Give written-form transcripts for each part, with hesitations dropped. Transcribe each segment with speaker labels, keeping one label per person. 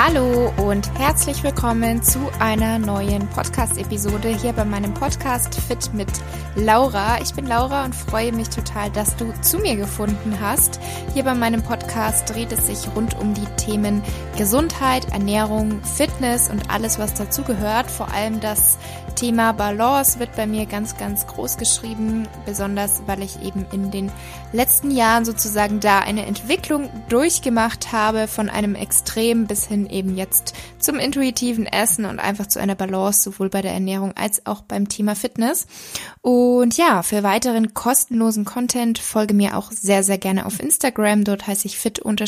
Speaker 1: Hallo und herzlich willkommen zu einer neuen Podcast-Episode hier bei meinem Podcast Fit mit Laura. Ich bin Laura und freue mich total, dass du zu mir gefunden hast. Hier bei meinem Podcast dreht es sich rund um die Themen Gesundheit, Ernährung, Fitness und alles, was dazugehört. Vor allem das Thema Balance wird bei mir ganz, ganz groß geschrieben, besonders weil ich eben in den letzten Jahren sozusagen da eine Entwicklung durchgemacht habe von einem Extrem bis hin eben jetzt zum intuitiven Essen und einfach zu einer Balance, sowohl bei der Ernährung als auch beim Thema Fitness. Und ja, für weiteren kostenlosen Content folge mir auch sehr, sehr gerne auf Instagram. Dort heiße ich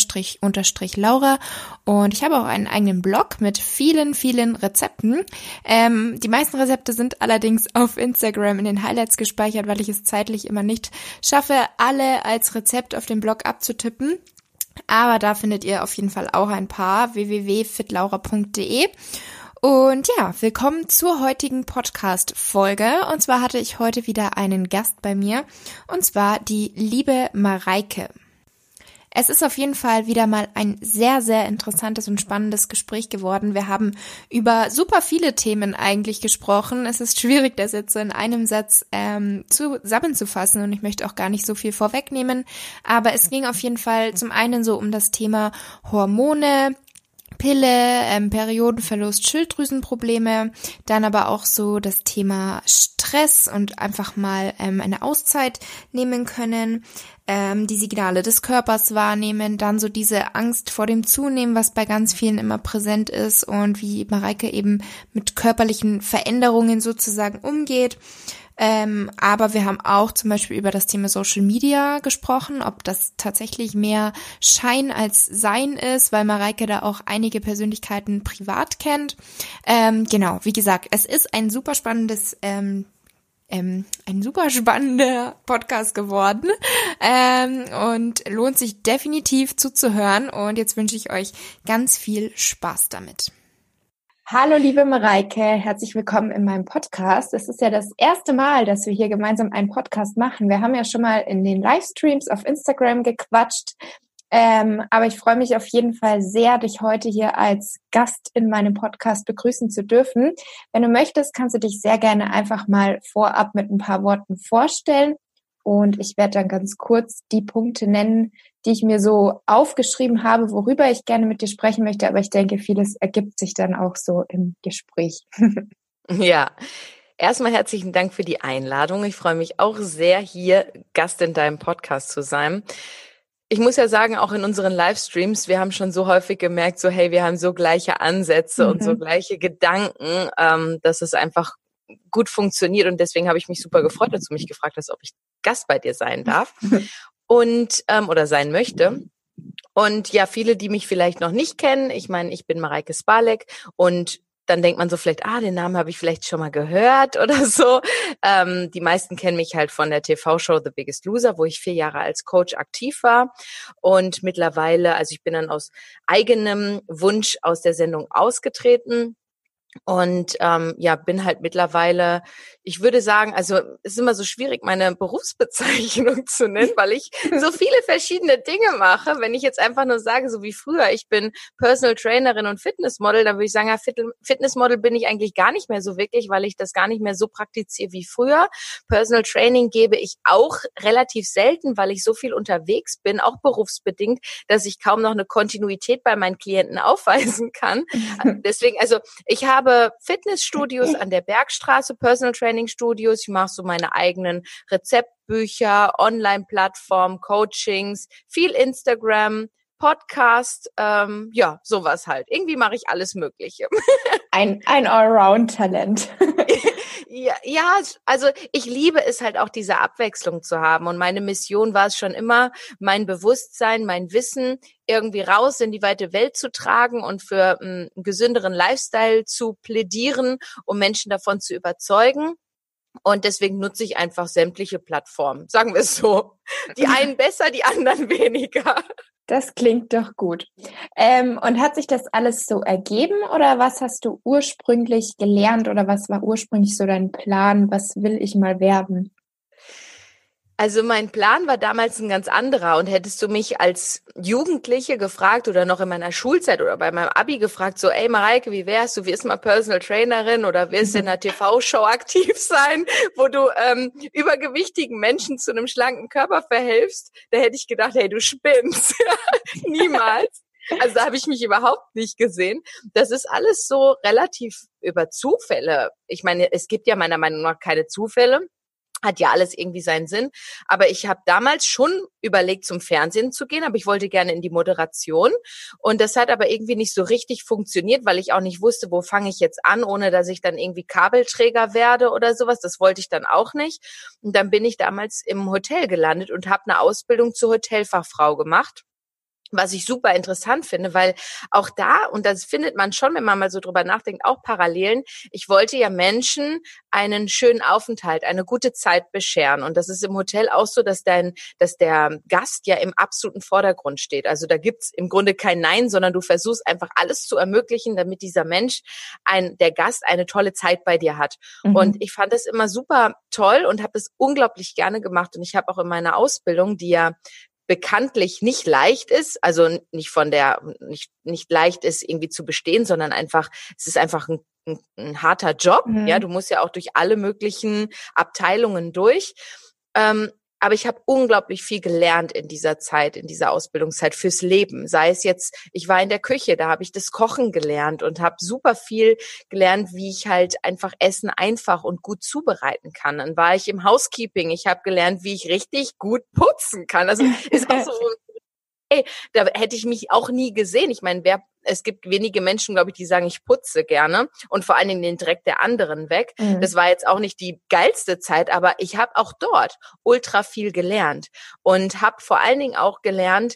Speaker 1: fit__Laura und ich habe auch einen eigenen Blog mit vielen, vielen Rezepten. Die meisten Rezepte sind allerdings auf Instagram in den Highlights gespeichert, weil ich es zeitlich immer nicht schaffe, alle als Rezept auf dem Blog abzutippen. Aber da findet ihr auf jeden Fall auch ein paar, www.fitlaura.de. Und ja, willkommen zur heutigen Podcast-Folge. Und zwar hatte ich heute wieder einen Gast bei mir, und zwar die liebe Mareike. Es ist auf jeden Fall wieder mal ein sehr, sehr interessantes und spannendes Gespräch geworden. Wir haben über super viele Themen eigentlich gesprochen. Es ist schwierig, das jetzt so in einem Satz zusammenzufassen und ich möchte auch gar nicht so viel vorwegnehmen. Aber es ging auf jeden Fall zum einen so um das Thema Hormone, Pille, Periodenverlust, Schilddrüsenprobleme, dann aber auch so das Thema Stress und einfach mal eine Auszeit nehmen können, die Signale des Körpers wahrnehmen, dann so diese Angst vor dem Zunehmen, was bei ganz vielen immer präsent ist und wie Mareike eben mit körperlichen Veränderungen sozusagen umgeht. Aber wir haben auch zum Beispiel über das Thema Social Media gesprochen, ob das tatsächlich mehr Schein als Sein ist, weil Mareike da auch einige Persönlichkeiten privat kennt. Genau, wie gesagt, es ist ein super spannender Podcast geworden und lohnt sich definitiv zuzuhören. Und jetzt wünsche ich euch ganz viel Spaß damit. Hallo liebe Mareike, herzlich willkommen in meinem Podcast. Es ist ja das erste Mal, dass wir hier gemeinsam einen Podcast machen. Wir haben ja schon mal in den Livestreams auf Instagram gequatscht, aber ich freue mich auf jeden Fall sehr, dich heute hier als Gast in meinem Podcast begrüßen zu dürfen. Wenn du möchtest, kannst du dich sehr gerne einfach mal vorab mit ein paar Worten vorstellen und ich werde dann ganz kurz die Punkte nennen, die ich mir so aufgeschrieben habe, worüber ich gerne mit dir sprechen möchte, aber ich denke, vieles ergibt sich dann auch so im Gespräch.
Speaker 2: Ja, erstmal herzlichen Dank für die Einladung. Ich freue mich auch sehr, hier Gast in deinem Podcast zu sein. Ich muss ja sagen, auch in unseren Livestreams, wir haben schon so häufig gemerkt, so hey, wir haben so gleiche Ansätze und so gleiche Gedanken, dass es einfach gut funktioniert und deswegen habe ich mich super gefreut, dass du mich gefragt hast, ob ich Gast bei dir sein darf und oder sein möchte. Und ja, viele, die mich vielleicht noch nicht kennen, ich meine, ich bin Mareike Spalek und dann denkt man so vielleicht, den Namen habe ich vielleicht schon mal gehört oder so. Die meisten kennen mich halt von der TV-Show The Biggest Loser, wo ich 4 Jahre als Coach aktiv war und mittlerweile, also ich bin dann aus eigenem Wunsch aus der Sendung ausgetreten. Und bin halt mittlerweile, ich würde sagen, also es ist immer so schwierig, meine Berufsbezeichnung zu nennen, weil ich so viele verschiedene Dinge mache. Wenn ich jetzt einfach nur sage, so wie früher, ich bin Personal Trainerin und Fitnessmodel, dann würde ich sagen, ja, Fitnessmodel bin ich eigentlich gar nicht mehr so wirklich, weil ich das gar nicht mehr so praktiziere wie früher. Personal Training gebe ich auch relativ selten, weil ich so viel unterwegs bin, auch berufsbedingt, dass ich kaum noch eine Kontinuität bei meinen Klienten aufweisen kann. Deswegen, also ich habe Fitnessstudios an der Bergstraße, Personal Training Studios. Ich mache so meine eigenen Rezeptbücher, Online-Plattformen, Coachings, viel Instagram, Podcast, sowas halt. Irgendwie mache ich alles Mögliche.
Speaker 1: Ein Allround-Talent.
Speaker 2: Ja, also ich liebe es halt auch, diese Abwechslung zu haben. Und meine Mission war es schon immer, mein Bewusstsein, mein Wissen irgendwie raus in die weite Welt zu tragen und für einen gesünderen Lifestyle zu plädieren, um Menschen davon zu überzeugen. Und deswegen nutze ich einfach sämtliche Plattformen, sagen wir es so. Die einen besser, die anderen weniger.
Speaker 1: Das klingt doch gut. Und hat sich das alles so ergeben oder was hast du ursprünglich gelernt oder was war ursprünglich so dein Plan? Was will ich mal werden?
Speaker 2: Also mein Plan war damals ein ganz anderer und hättest du mich als Jugendliche gefragt oder noch in meiner Schulzeit oder bei meinem Abi gefragt, so, ey Mareike, wie wärst du, wirst mal Personal Trainerin oder wirst in einer TV-Show aktiv sein, wo du übergewichtigen Menschen zu einem schlanken Körper verhilfst, da hätte ich gedacht, hey, du spinnst. Niemals. Also da habe ich mich überhaupt nicht gesehen. Das ist alles so relativ über Zufälle. Ich meine, es gibt ja meiner Meinung nach keine Zufälle. Hat ja alles irgendwie seinen Sinn. Aber ich habe damals schon überlegt, zum Fernsehen zu gehen, aber ich wollte gerne in die Moderation. Und das hat aber irgendwie nicht so richtig funktioniert, weil ich auch nicht wusste, wo fange ich jetzt an, ohne dass ich dann irgendwie Kabelträger werde oder sowas. Das wollte ich dann auch nicht. Und dann bin ich damals im Hotel gelandet und habe eine Ausbildung zur Hotelfachfrau gemacht. Was ich super interessant finde, weil auch da, und das findet man schon, wenn man mal so drüber nachdenkt, auch Parallelen. Ich wollte ja Menschen einen schönen Aufenthalt, eine gute Zeit bescheren. Und das ist im Hotel auch so, dass der Gast ja im absoluten Vordergrund steht. Also da gibt's im Grunde kein Nein, sondern du versuchst einfach alles zu ermöglichen, damit dieser Mensch, der Gast, eine tolle Zeit bei dir hat. Und ich fand das immer super toll und habe das unglaublich gerne gemacht. Und ich habe auch in meiner Ausbildung, die ja bekanntlich nicht leicht ist, also nicht leicht ist irgendwie zu bestehen, sondern einfach, es ist einfach ein harter Job. Ja, du musst ja auch durch alle möglichen Abteilungen durch. Aber ich habe unglaublich viel gelernt in dieser Zeit, in dieser Ausbildungszeit fürs Leben. Sei es jetzt, ich war in der Küche, da habe ich das Kochen gelernt und habe super viel gelernt, wie ich halt einfach Essen einfach und gut zubereiten kann. Dann war ich im Housekeeping, ich habe gelernt, wie ich richtig gut putzen kann. Also ist auch so, hey, da hätte ich mich auch nie gesehen. Ich meine, es gibt wenige Menschen, glaube ich, die sagen, ich putze gerne und vor allen Dingen den Dreck der anderen weg. Das war jetzt auch nicht die geilste Zeit, aber ich habe auch dort ultra viel gelernt und habe vor allen Dingen auch gelernt,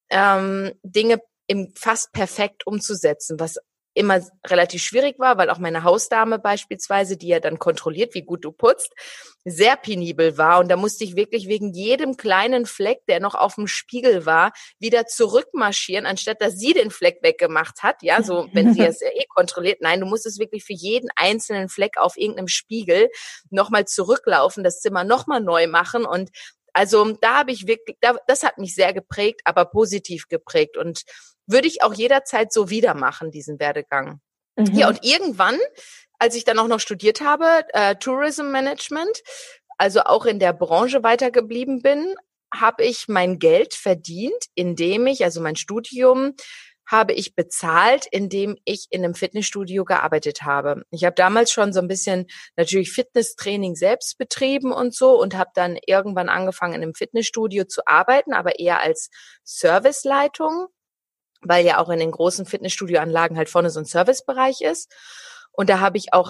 Speaker 2: Dinge fast perfekt umzusetzen, was immer relativ schwierig war, weil auch meine Hausdame beispielsweise, die ja dann kontrolliert, wie gut du putzt, sehr penibel war. Und da musste ich wirklich wegen jedem kleinen Fleck, der noch auf dem Spiegel war, wieder zurückmarschieren, anstatt dass sie den Fleck weggemacht hat. Ja, so, wenn sie es ja kontrolliert. Nein, du musstest wirklich für jeden einzelnen Fleck auf irgendeinem Spiegel nochmal zurücklaufen, das Zimmer nochmal neu machen. Und also da habe ich wirklich, das hat mich sehr geprägt, aber positiv geprägt. Und würde ich auch jederzeit so wieder machen, diesen Werdegang. Ja, und irgendwann, als ich dann auch noch studiert habe, Tourism Management, also auch in der Branche weitergeblieben bin, habe ich mein Geld verdient, indem ich, also mein Studium habe ich bezahlt, indem ich in einem Fitnessstudio gearbeitet habe. Ich habe damals schon so ein bisschen natürlich Fitnesstraining selbst betrieben und so und habe dann irgendwann angefangen, in einem Fitnessstudio zu arbeiten, aber eher als Serviceleitung, weil ja auch in den großen Fitnessstudioanlagen halt vorne so ein Servicebereich ist. Und da habe ich auch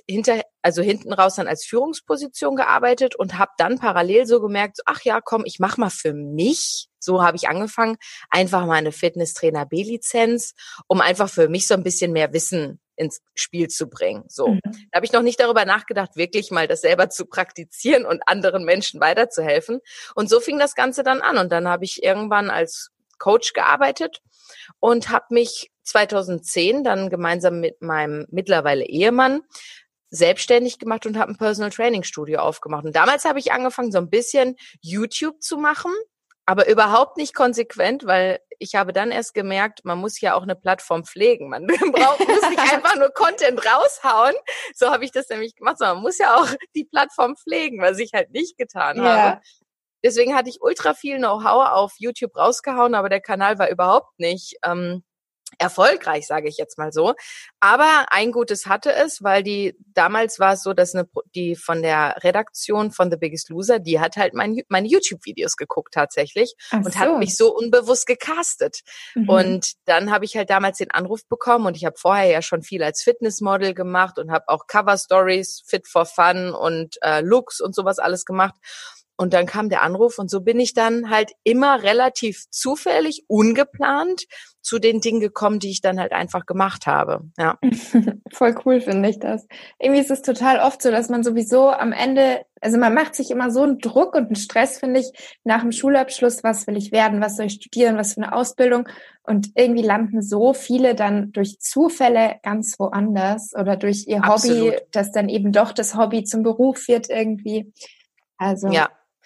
Speaker 2: hinten raus dann als Führungsposition gearbeitet und habe dann parallel so gemerkt, ach ja, komm, ich mache mal für mich. So habe ich angefangen, einfach mal eine Fitnesstrainer B-Lizenz, um einfach für mich so ein bisschen mehr Wissen ins Spiel zu bringen. So, da habe ich noch nicht darüber nachgedacht, wirklich mal das selber zu praktizieren und anderen Menschen weiterzuhelfen. Und so fing das Ganze dann an. Und dann habe ich irgendwann als Coach gearbeitet und habe mich 2010 dann gemeinsam mit meinem mittlerweile Ehemann selbstständig gemacht und habe ein Personal Training Studio aufgemacht. Und damals habe ich angefangen, so ein bisschen YouTube zu machen, aber überhaupt nicht konsequent, weil ich habe dann erst gemerkt, man muss ja auch eine Plattform pflegen. Man muss nicht einfach nur Content raushauen. So habe ich das nämlich gemacht, sondern man muss ja auch die Plattform pflegen, was ich halt nicht getan habe. Deswegen hatte ich ultra viel Know-how auf YouTube rausgehauen, aber der Kanal war überhaupt nicht erfolgreich, sage ich jetzt mal so. Aber ein Gutes hatte es, weil damals war es so, dass die von der Redaktion von The Biggest Loser, die hat halt meine YouTube-Videos geguckt tatsächlich und hat mich so unbewusst gecastet. Und dann habe ich halt damals den Anruf bekommen und ich habe vorher ja schon viel als Fitnessmodel gemacht und habe auch Cover-Stories, Fit for Fun und Looks und sowas alles gemacht. Und dann kam der Anruf und so bin ich dann halt immer relativ zufällig, ungeplant zu den Dingen gekommen, die ich dann halt einfach gemacht habe. Ja.
Speaker 1: Voll cool finde ich das. Irgendwie ist es total oft so, dass man sowieso am Ende, also man macht sich immer so einen Druck und einen Stress, finde ich, nach dem Schulabschluss, was will ich werden, was soll ich studieren, was für eine Ausbildung. Und irgendwie landen so viele dann durch Zufälle ganz woanders oder durch ihr Hobby, dass dann eben doch das Hobby zum Beruf wird irgendwie. Also
Speaker 2: ja.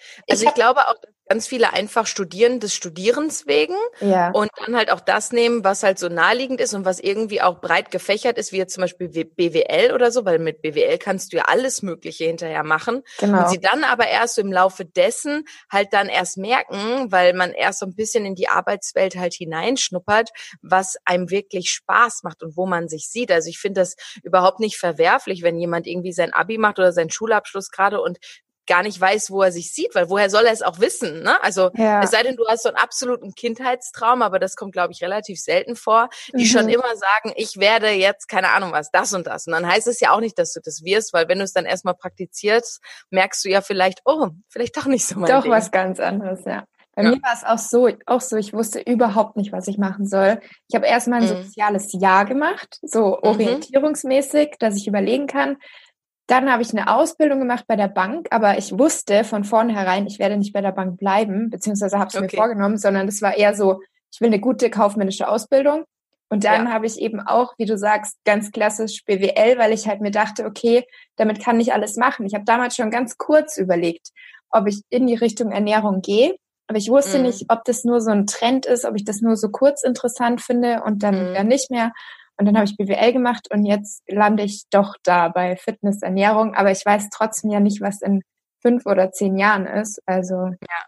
Speaker 2: Also ich glaube auch, dass ganz viele einfach studieren des Studierens wegen
Speaker 1: Ja,
Speaker 2: und dann halt auch das nehmen, was halt so naheliegend ist und was irgendwie auch breit gefächert ist, wie jetzt zum Beispiel BWL oder so, weil mit BWL kannst du ja alles Mögliche hinterher machen und
Speaker 1: genau.
Speaker 2: sie dann aber erst so im Laufe dessen halt dann erst merken, weil man erst so ein bisschen in die Arbeitswelt halt hineinschnuppert, was einem wirklich Spaß macht und wo man sich sieht. Also ich finde das überhaupt nicht verwerflich, wenn jemand irgendwie sein Abi macht oder seinen Schulabschluss gerade und gar nicht weiß, wo er sich sieht, weil woher soll er es auch wissen, ne? Also es
Speaker 1: Ja.
Speaker 2: sei denn, du hast so einen absoluten Kindheitstraum, aber das kommt, glaube ich, relativ selten vor, die schon
Speaker 1: Mhm.
Speaker 2: immer sagen, ich werde jetzt, keine Ahnung was, das und das. Und dann heißt es ja auch nicht, dass du das wirst, weil wenn du es dann erstmal praktizierst, merkst du ja vielleicht, oh, vielleicht doch nicht so mein
Speaker 1: Doch
Speaker 2: Ding.
Speaker 1: was ganz anderes, ja. Bei
Speaker 2: Ja.
Speaker 1: mir war es auch so, ich wusste überhaupt nicht, was ich machen soll. Ich habe erst mal ein
Speaker 2: Mhm.
Speaker 1: soziales Jahr gemacht, so
Speaker 2: Mhm.
Speaker 1: orientierungsmäßig, dass ich überlegen kann. Dann habe ich eine Ausbildung gemacht bei der Bank, aber ich wusste von vornherein, ich werde nicht bei der Bank bleiben, beziehungsweise habe es mir
Speaker 2: Okay.
Speaker 1: vorgenommen, sondern es war eher so, ich will eine gute kaufmännische Ausbildung. Und
Speaker 2: Ja.
Speaker 1: dann habe ich eben auch, wie du sagst, ganz klassisch BWL, weil ich halt mir dachte, okay, damit kann ich alles machen. Ich habe damals schon ganz kurz überlegt, ob ich in die Richtung Ernährung gehe. Aber ich wusste
Speaker 2: Mhm.
Speaker 1: nicht, ob das nur so ein Trend ist, ob ich das nur so kurz interessant finde und dann wieder
Speaker 2: Mhm.
Speaker 1: nicht mehr. Und dann habe ich BWL gemacht und jetzt lande ich doch da bei Fitness, Ernährung. Aber ich weiß trotzdem ja nicht, was in 5 oder 10 Jahren ist. Also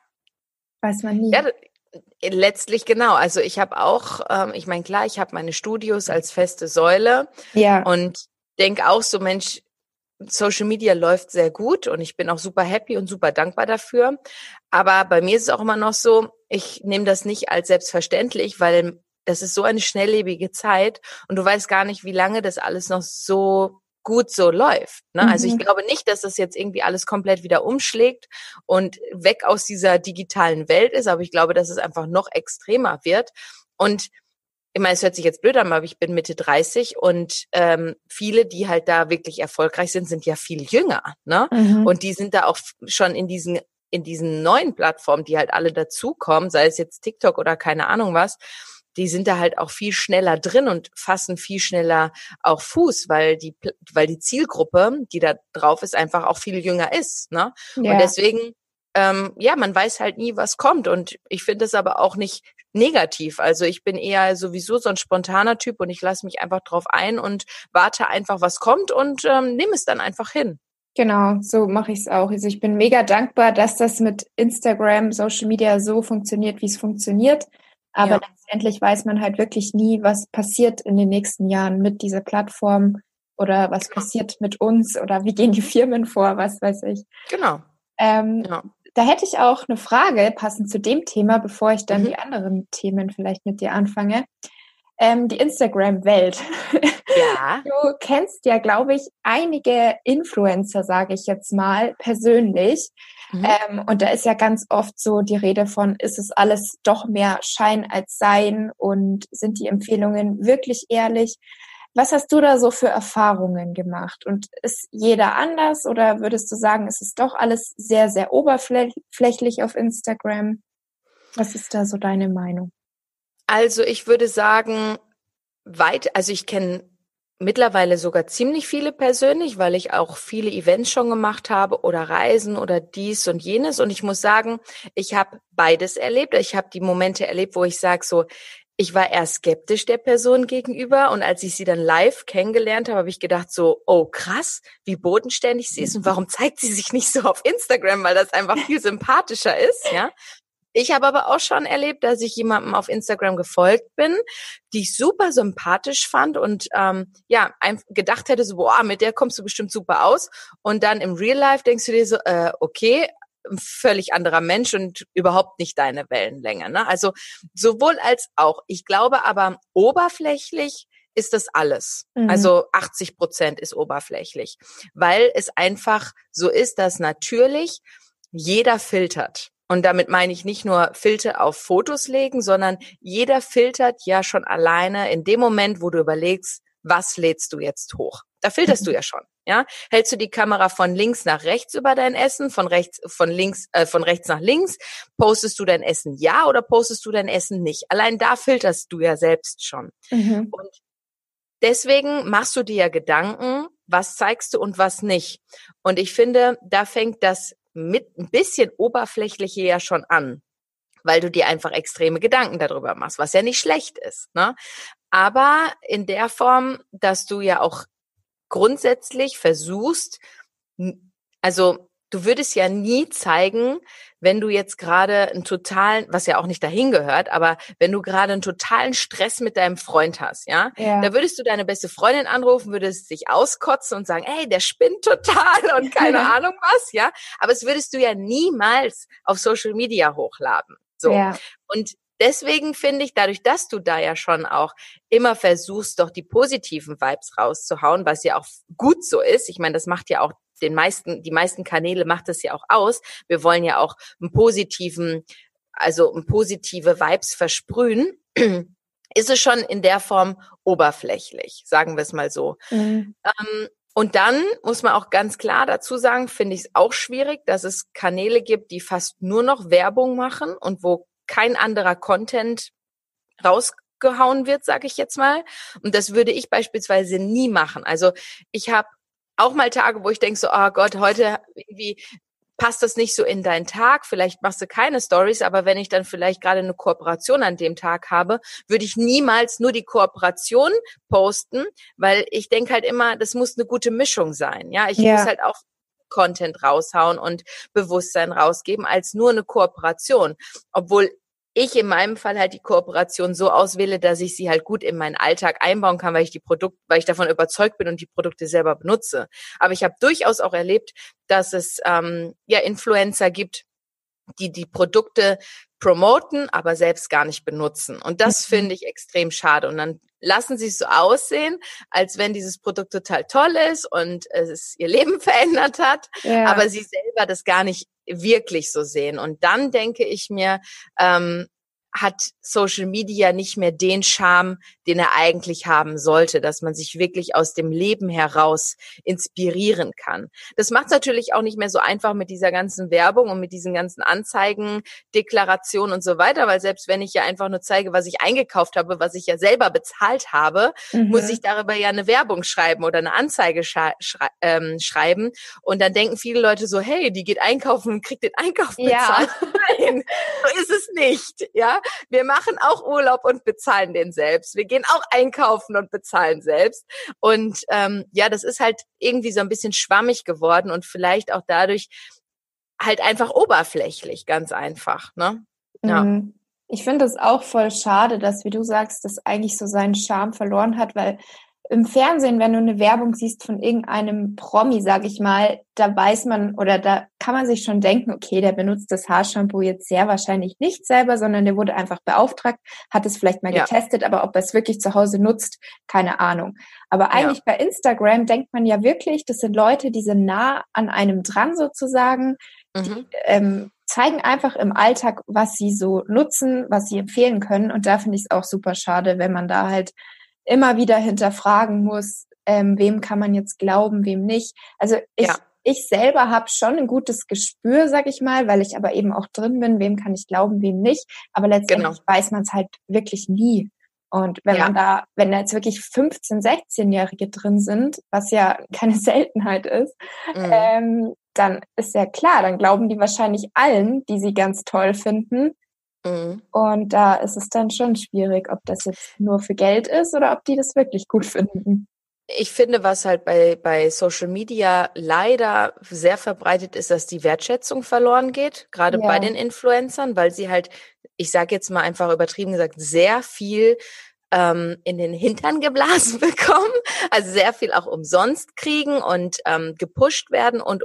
Speaker 1: weiß man
Speaker 2: Ja,
Speaker 1: nie.
Speaker 2: letztlich genau. Also ich habe auch, ich meine, klar, ich habe meine Studios als feste Säule
Speaker 1: Ja,
Speaker 2: und denke auch so, Mensch, Social Media läuft sehr gut und ich bin auch super happy und super dankbar dafür. Aber bei mir ist es auch immer noch so, ich nehme das nicht als selbstverständlich, weil das ist so eine schnelllebige Zeit und du weißt gar nicht, wie lange das alles noch so gut so läuft. Ne? Also ich
Speaker 1: mhm.
Speaker 2: glaube nicht, dass das jetzt irgendwie alles komplett wieder umschlägt und weg aus dieser digitalen Welt ist, aber ich glaube, dass es einfach noch extremer wird. Und ich meine, es hört sich jetzt blöd an, aber ich bin Mitte 30 und viele, die halt da wirklich erfolgreich sind, sind ja viel jünger, ne?
Speaker 1: Mhm.
Speaker 2: Und die sind da auch schon in diesen neuen Plattformen, die halt alle dazukommen, sei es jetzt TikTok oder keine Ahnung was, die sind da halt auch viel schneller drin und fassen viel schneller auch Fuß, weil die Zielgruppe, die da drauf ist, einfach auch viel jünger ist, ne? Und
Speaker 1: Ja,
Speaker 2: deswegen ja, man weiß halt nie, was kommt. Und ich finde es aber auch nicht negativ. Also ich bin eher sowieso so ein spontaner Typ und ich lasse mich einfach drauf ein und warte einfach, was kommt und nehme es dann einfach hin.
Speaker 1: genau, so mache ich es auch. Also ich bin mega dankbar, dass das mit Instagram, Social Media so funktioniert, wie es funktioniert. Aber
Speaker 2: Ja,
Speaker 1: letztendlich weiß man halt wirklich nie, was passiert in den nächsten Jahren mit dieser Plattform oder was
Speaker 2: genau.
Speaker 1: passiert mit uns oder wie gehen die Firmen vor, was weiß ich.
Speaker 2: Genau.
Speaker 1: Ähm,
Speaker 2: Ja.
Speaker 1: Da hätte ich auch eine Frage passend zu dem Thema, bevor ich dann
Speaker 2: Mhm.
Speaker 1: die anderen Themen vielleicht mit dir anfange. Die Instagram-Welt.
Speaker 2: Ja.
Speaker 1: Du kennst ja, glaube ich, einige Influencer, sage ich jetzt mal, persönlich.
Speaker 2: Mhm.
Speaker 1: Und da ist ja ganz oft so die Rede von, ist es alles doch mehr Schein als Sein und sind die Empfehlungen wirklich ehrlich? Was hast du da so für Erfahrungen gemacht? Und ist jeder anders oder würdest du sagen, es ist doch alles sehr, sehr oberflächlich auf Instagram? Was ist da so deine Meinung?
Speaker 2: Also ich würde sagen, also ich kenne mittlerweile sogar ziemlich viele persönlich, weil ich auch viele Events schon gemacht habe oder Reisen oder dies und jenes. Und ich muss sagen, ich habe beides erlebt. Ich habe die Momente erlebt, wo ich sage so, ich war eher skeptisch der Person gegenüber und als ich sie dann live kennengelernt habe, habe ich gedacht so, oh krass, wie bodenständig sie ist und warum zeigt sie sich nicht so auf Instagram, weil das einfach viel sympathischer ist, ja. Ich habe aber auch schon erlebt, dass ich jemandem auf Instagram gefolgt bin, die ich super sympathisch fand und ja, gedacht hätte, so, boah, mit der kommst du bestimmt super aus. Und dann im Real Life denkst du dir so, okay, ein völlig anderer Mensch und überhaupt nicht deine Wellenlänge. Ne? Also sowohl als auch. Ich glaube aber, oberflächlich ist das alles.
Speaker 1: Mhm.
Speaker 2: Also 80% ist oberflächlich, weil es einfach so ist, dass natürlich jeder filtert. Und damit meine ich nicht nur Filter auf Fotos legen, sondern jeder filtert ja schon alleine in dem Moment, wo du überlegst, was lädst du jetzt hoch? Da filterst du ja schon, ja? Hältst du die Kamera von links nach rechts über dein Essen, von rechts nach links, postest du dein Essen ja oder postest du dein Essen nicht? Allein da filterst du ja selbst schon.
Speaker 1: Mhm.
Speaker 2: Und deswegen machst du dir ja Gedanken, was zeigst du und was nicht. Und ich finde, da fängt das mit ein bisschen oberflächliche ja schon an, weil du dir einfach extreme Gedanken darüber machst, was ja nicht schlecht ist, ne? Aber in der Form, dass du ja auch grundsätzlich versuchst, also du würdest ja nie zeigen, wenn du jetzt gerade einen totalen, was ja auch nicht dahin gehört, aber wenn du gerade einen totalen Stress mit deinem Freund hast, ja, da würdest du deine beste Freundin anrufen, würdest dich auskotzen und sagen, ey, der spinnt total und keine Ahnung was, ja, aber das würdest du ja niemals auf Social Media hochladen. So.
Speaker 1: Ja.
Speaker 2: Und deswegen finde ich, dadurch, dass du da ja schon auch immer versuchst, doch die positiven Vibes rauszuhauen, was ja auch gut so ist. Ich meine, das macht ja auch die meisten Kanäle macht das ja auch aus. Wir wollen ja auch positive Vibes versprühen. Ist es schon in der Form oberflächlich, sagen wir es mal so.
Speaker 1: Mhm.
Speaker 2: Und dann muss man auch ganz klar dazu sagen, finde ich es auch schwierig, dass es Kanäle gibt, die fast nur noch Werbung machen und wo kein anderer Content rausgehauen wird, sage ich jetzt mal. Und das würde ich beispielsweise nie machen. Also ich habe auch mal Tage, wo ich denke so, oh Gott, heute irgendwie passt das nicht so in deinen Tag. Vielleicht machst du keine Stories, aber wenn ich dann vielleicht gerade eine Kooperation an dem Tag habe, würde ich niemals nur die Kooperation posten, weil ich denke halt immer, das muss eine gute Mischung sein. Ja, ich muss halt auch Content raushauen und Bewusstsein rausgeben als nur eine Kooperation. Obwohl ich in meinem Fall halt die Kooperation so auswähle, dass ich sie halt gut in meinen Alltag einbauen kann, weil ich davon überzeugt bin und die Produkte selber benutze. Aber ich habe durchaus auch erlebt, dass es Influencer gibt, die Produkte promoten, aber selbst gar nicht benutzen. Und das finde ich extrem schade. Und dann lassen sie es so aussehen, als wenn dieses Produkt total toll ist und es ihr Leben verändert hat, aber sie selber das gar nicht wirklich so sehen. Und dann denke ich mir, hat Social Media nicht mehr den Charme, den er eigentlich haben sollte, dass man sich wirklich aus dem Leben heraus inspirieren kann. Das macht es natürlich auch nicht mehr so einfach mit dieser ganzen Werbung und mit diesen ganzen Anzeigen, Deklarationen und so weiter, weil selbst wenn ich ja einfach nur zeige, was ich eingekauft habe, was ich ja selber bezahlt habe, muss ich darüber ja eine Werbung schreiben oder eine Anzeige schreiben. Und dann denken viele Leute so, hey, die geht einkaufen und kriegt den Einkauf bezahlt. Nein, so ist es nicht, ja. Wir machen auch Urlaub und bezahlen den selbst. Wir gehen auch einkaufen und bezahlen selbst. Und das ist halt irgendwie so ein bisschen schwammig geworden und vielleicht auch dadurch halt einfach oberflächlich, ganz einfach, ne? Ja.
Speaker 1: Ich finde es auch voll schade, dass, wie du sagst, das eigentlich so seinen Charme verloren hat, weil im Fernsehen, wenn du eine Werbung siehst von irgendeinem Promi, sag ich mal, da weiß man oder da kann man sich schon denken, okay, der benutzt das Haarshampoo jetzt sehr wahrscheinlich nicht selber, sondern der wurde einfach beauftragt, hat es vielleicht mal getestet, aber ob er es wirklich zu Hause nutzt, keine Ahnung. Aber eigentlich bei Instagram denkt man ja wirklich, das sind Leute, die sind nah an einem dran sozusagen, die zeigen einfach im Alltag, was sie so nutzen, was sie empfehlen können. Und da finde ich es auch super schade, wenn man da halt immer wieder hinterfragen muss, wem kann man jetzt glauben, wem nicht. Also ich selber habe schon ein gutes Gespür, sag ich mal, weil ich aber eben auch drin bin, wem kann ich glauben, wem nicht. Aber letztendlich weiß man es halt wirklich nie. Und wenn da jetzt wirklich 15-, 16-Jährige drin sind, was ja keine Seltenheit ist, dann ist ja klar, dann glauben die wahrscheinlich allen, die sie ganz toll finden. Und da ist es dann schon schwierig, ob das jetzt nur für Geld ist oder ob die das wirklich gut finden.
Speaker 2: Ich finde, was halt bei Social Media leider sehr verbreitet ist, dass die Wertschätzung verloren geht, gerade bei den Influencern, weil sie halt, ich sage jetzt mal einfach übertrieben gesagt, sehr viel in den Hintern geblasen bekommen, also sehr viel auch umsonst kriegen und gepusht werden und.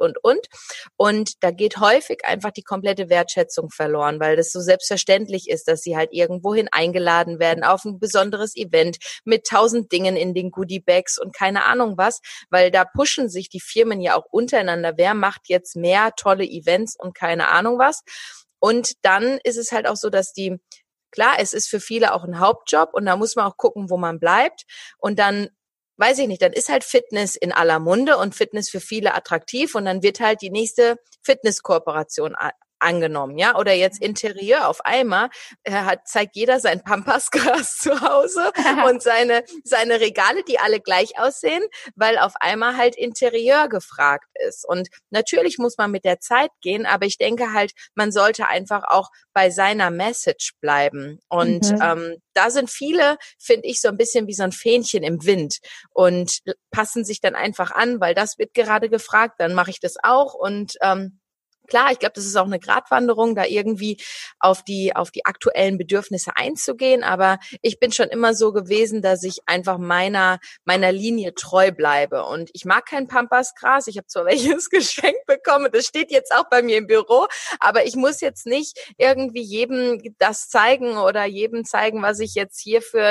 Speaker 2: Und da geht häufig einfach die komplette Wertschätzung verloren, weil das so selbstverständlich ist, dass sie halt irgendwohin eingeladen werden auf ein besonderes Event mit 1000 Dingen in den Goodie-Bags und keine Ahnung was, weil da pushen sich die Firmen ja auch untereinander. Wer macht jetzt mehr tolle Events und keine Ahnung was? Und dann ist es halt auch so, dass klar, es ist für viele auch ein Hauptjob und da muss man auch gucken, wo man bleibt. Und dann, weiß ich nicht, dann ist halt Fitness in aller Munde und Fitness für viele attraktiv und dann wird halt die nächste Fitnesskooperation angenommen, ja, oder jetzt Interieur auf einmal zeigt jeder sein Pampasgras zu Hause und seine Regale, die alle gleich aussehen, weil auf einmal halt Interieur gefragt ist. Und natürlich muss man mit der Zeit gehen, aber ich denke halt, man sollte einfach auch bei seiner Message bleiben. Und da sind viele, finde ich, so ein bisschen wie so ein Fähnchen im Wind und passen sich dann einfach an, weil das wird gerade gefragt, dann mache ich das auch. Und klar, ich glaube, das ist auch eine Gratwanderung, da irgendwie auf die aktuellen Bedürfnisse einzugehen. Aber ich bin schon immer so gewesen, dass ich einfach meiner Linie treu bleibe. Und ich mag kein Pampasgras. Ich habe zwar welches geschenkt bekommen, das steht jetzt auch bei mir im Büro, aber ich muss jetzt nicht irgendwie jedem das zeigen oder jedem zeigen, was ich jetzt hier für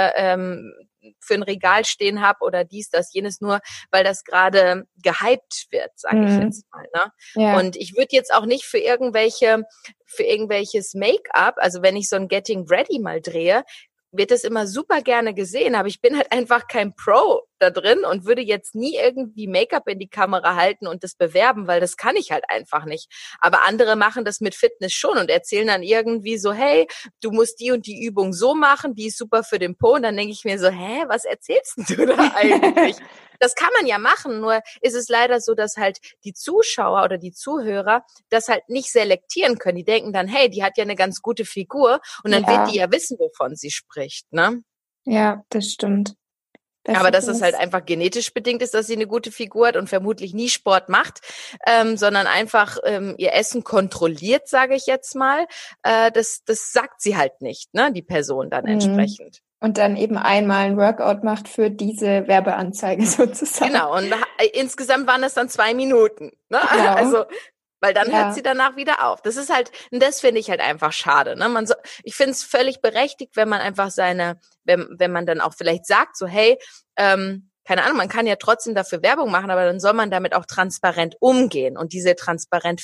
Speaker 2: ein Regal stehen habe oder dies, das, jenes, nur weil das gerade gehypt wird, sage ich jetzt mal. Ne? Ja. Und ich würde jetzt auch nicht für irgendwelches Make-up, also wenn ich so ein Getting Ready mal drehe, wird das immer super gerne gesehen, aber ich bin halt einfach kein Pro da drin und würde jetzt nie irgendwie Make-up in die Kamera halten und das bewerben, weil das kann ich halt einfach nicht. Aber andere machen das mit Fitness schon und erzählen dann irgendwie so, hey, du musst die und die Übung so machen, die ist super für den Po. Und dann denke ich mir so, was erzählst du da eigentlich? Das kann man ja machen, nur ist es leider so, dass halt die Zuschauer oder die Zuhörer das halt nicht selektieren können. Die denken dann, hey, die hat ja eine ganz gute Figur und dann wird die ja wissen, wovon sie spricht, ne?
Speaker 1: Ja, das stimmt.
Speaker 2: Aber dass es halt einfach genetisch bedingt ist, dass sie eine gute Figur hat und vermutlich nie Sport macht, sondern einfach ihr Essen kontrolliert, sage ich jetzt mal, das sagt sie halt nicht, ne, die Person dann entsprechend.
Speaker 1: Und dann eben einmal ein Workout macht für diese Werbeanzeige sozusagen.
Speaker 2: Genau, und insgesamt waren es dann 2 Minuten. Ne? Genau. Also, weil dann hört sie danach wieder auf. Das ist halt, und das finde ich halt einfach schade. Ne? Ich finde es völlig berechtigt, wenn man einfach wenn man dann auch vielleicht sagt, so, hey, keine Ahnung, man kann ja trotzdem dafür Werbung machen, aber dann soll man damit auch transparent umgehen. Und diese Transparenz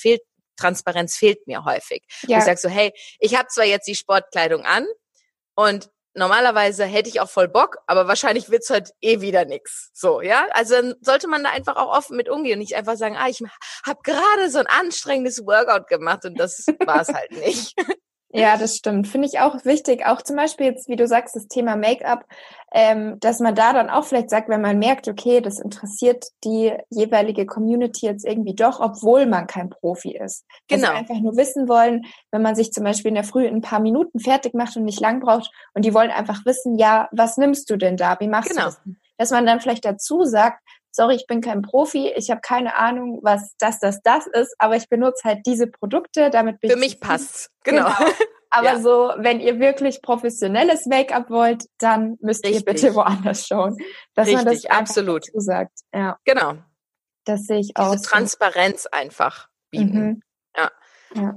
Speaker 2: fehlt mir häufig. Ja. Ich sage so, hey, ich habe zwar jetzt die Sportkleidung an und normalerweise hätte ich auch voll Bock, aber wahrscheinlich wird's halt wieder nix. So, ja? Also dann sollte man da einfach auch offen mit umgehen und nicht einfach sagen, ich habe gerade so ein anstrengendes Workout gemacht und das war's halt nicht.
Speaker 1: Ja, das stimmt. Finde ich auch wichtig. Auch zum Beispiel jetzt, wie du sagst, das Thema Make-up, dass man da dann auch vielleicht sagt, wenn man merkt, okay, das interessiert die jeweilige Community jetzt irgendwie doch, obwohl man kein Profi ist. Genau. Dass sie einfach nur wissen wollen, wenn man sich zum Beispiel in der Früh in ein paar Minuten fertig macht und nicht lang braucht und die wollen einfach wissen, ja, was nimmst du denn da? Wie machst du das? Dass man dann vielleicht dazu sagt, sorry, ich bin kein Profi, ich habe keine Ahnung, was das ist, aber ich benutze halt diese Produkte, damit bin
Speaker 2: Für mich passt's, genau.
Speaker 1: Aber so, wenn ihr wirklich professionelles Make-up wollt, dann müsst ihr bitte woanders schauen. Dass man das
Speaker 2: absolut
Speaker 1: zusagt. Ja.
Speaker 2: Genau.
Speaker 1: Das sehe ich auch.
Speaker 2: Diese Transparenz einfach bieten.
Speaker 1: Ja.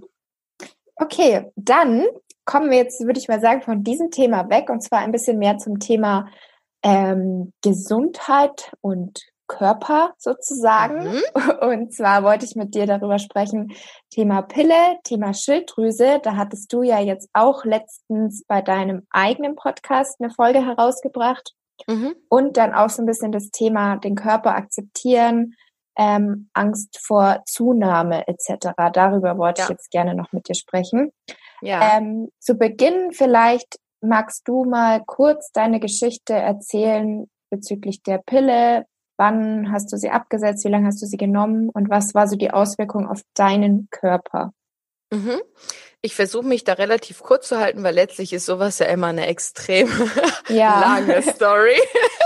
Speaker 1: Okay, dann kommen wir jetzt, würde ich mal sagen, von diesem Thema weg und zwar ein bisschen mehr zum Thema Gesundheit und Körper sozusagen. Und zwar wollte ich mit dir darüber sprechen, Thema Pille, Thema Schilddrüse. Da hattest du ja jetzt auch letztens bei deinem eigenen Podcast eine Folge herausgebracht. Und dann auch so ein bisschen das Thema den Körper akzeptieren, Angst vor Zunahme etc. Darüber wollte ich jetzt gerne noch mit dir sprechen. Ja. Zu Beginn vielleicht magst du mal kurz deine Geschichte erzählen bezüglich der Pille. Wann hast du sie abgesetzt? Wie lange hast du sie genommen? Und was war so die Auswirkung auf deinen Körper?
Speaker 2: Ich versuche mich da relativ kurz zu halten, weil letztlich ist sowas ja immer eine extrem lange Story.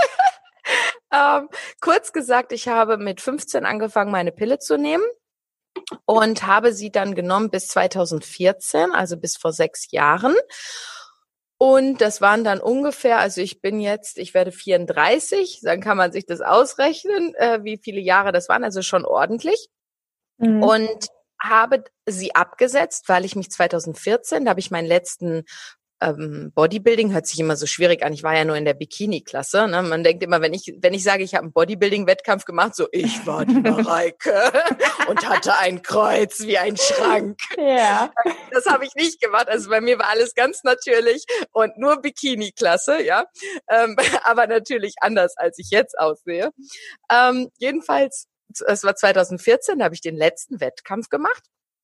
Speaker 2: Kurz gesagt, ich habe mit 15 angefangen, meine Pille zu nehmen und habe sie dann genommen bis 2014, also bis vor 6 Jahren. Und das waren dann ungefähr, also ich werde 34, dann kann man sich das ausrechnen, wie viele Jahre das waren, also schon ordentlich. Und habe sie abgesetzt, weil ich mich 2014, da habe ich meinen letzten Bodybuilding, hört sich immer so schwierig an, ich war ja nur in der Bikini-Klasse, ne? Man denkt immer, wenn ich sage, ich habe einen Bodybuilding-Wettkampf gemacht, so, ich war die Mareike und hatte ein Kreuz wie ein Schrank. Ja. Das habe ich nicht gemacht, also bei mir war alles ganz natürlich und nur Bikini-Klasse, ja, aber natürlich anders, als ich jetzt aussehe. Jedenfalls, es war 2014, da habe ich den letzten Wettkampf gemacht.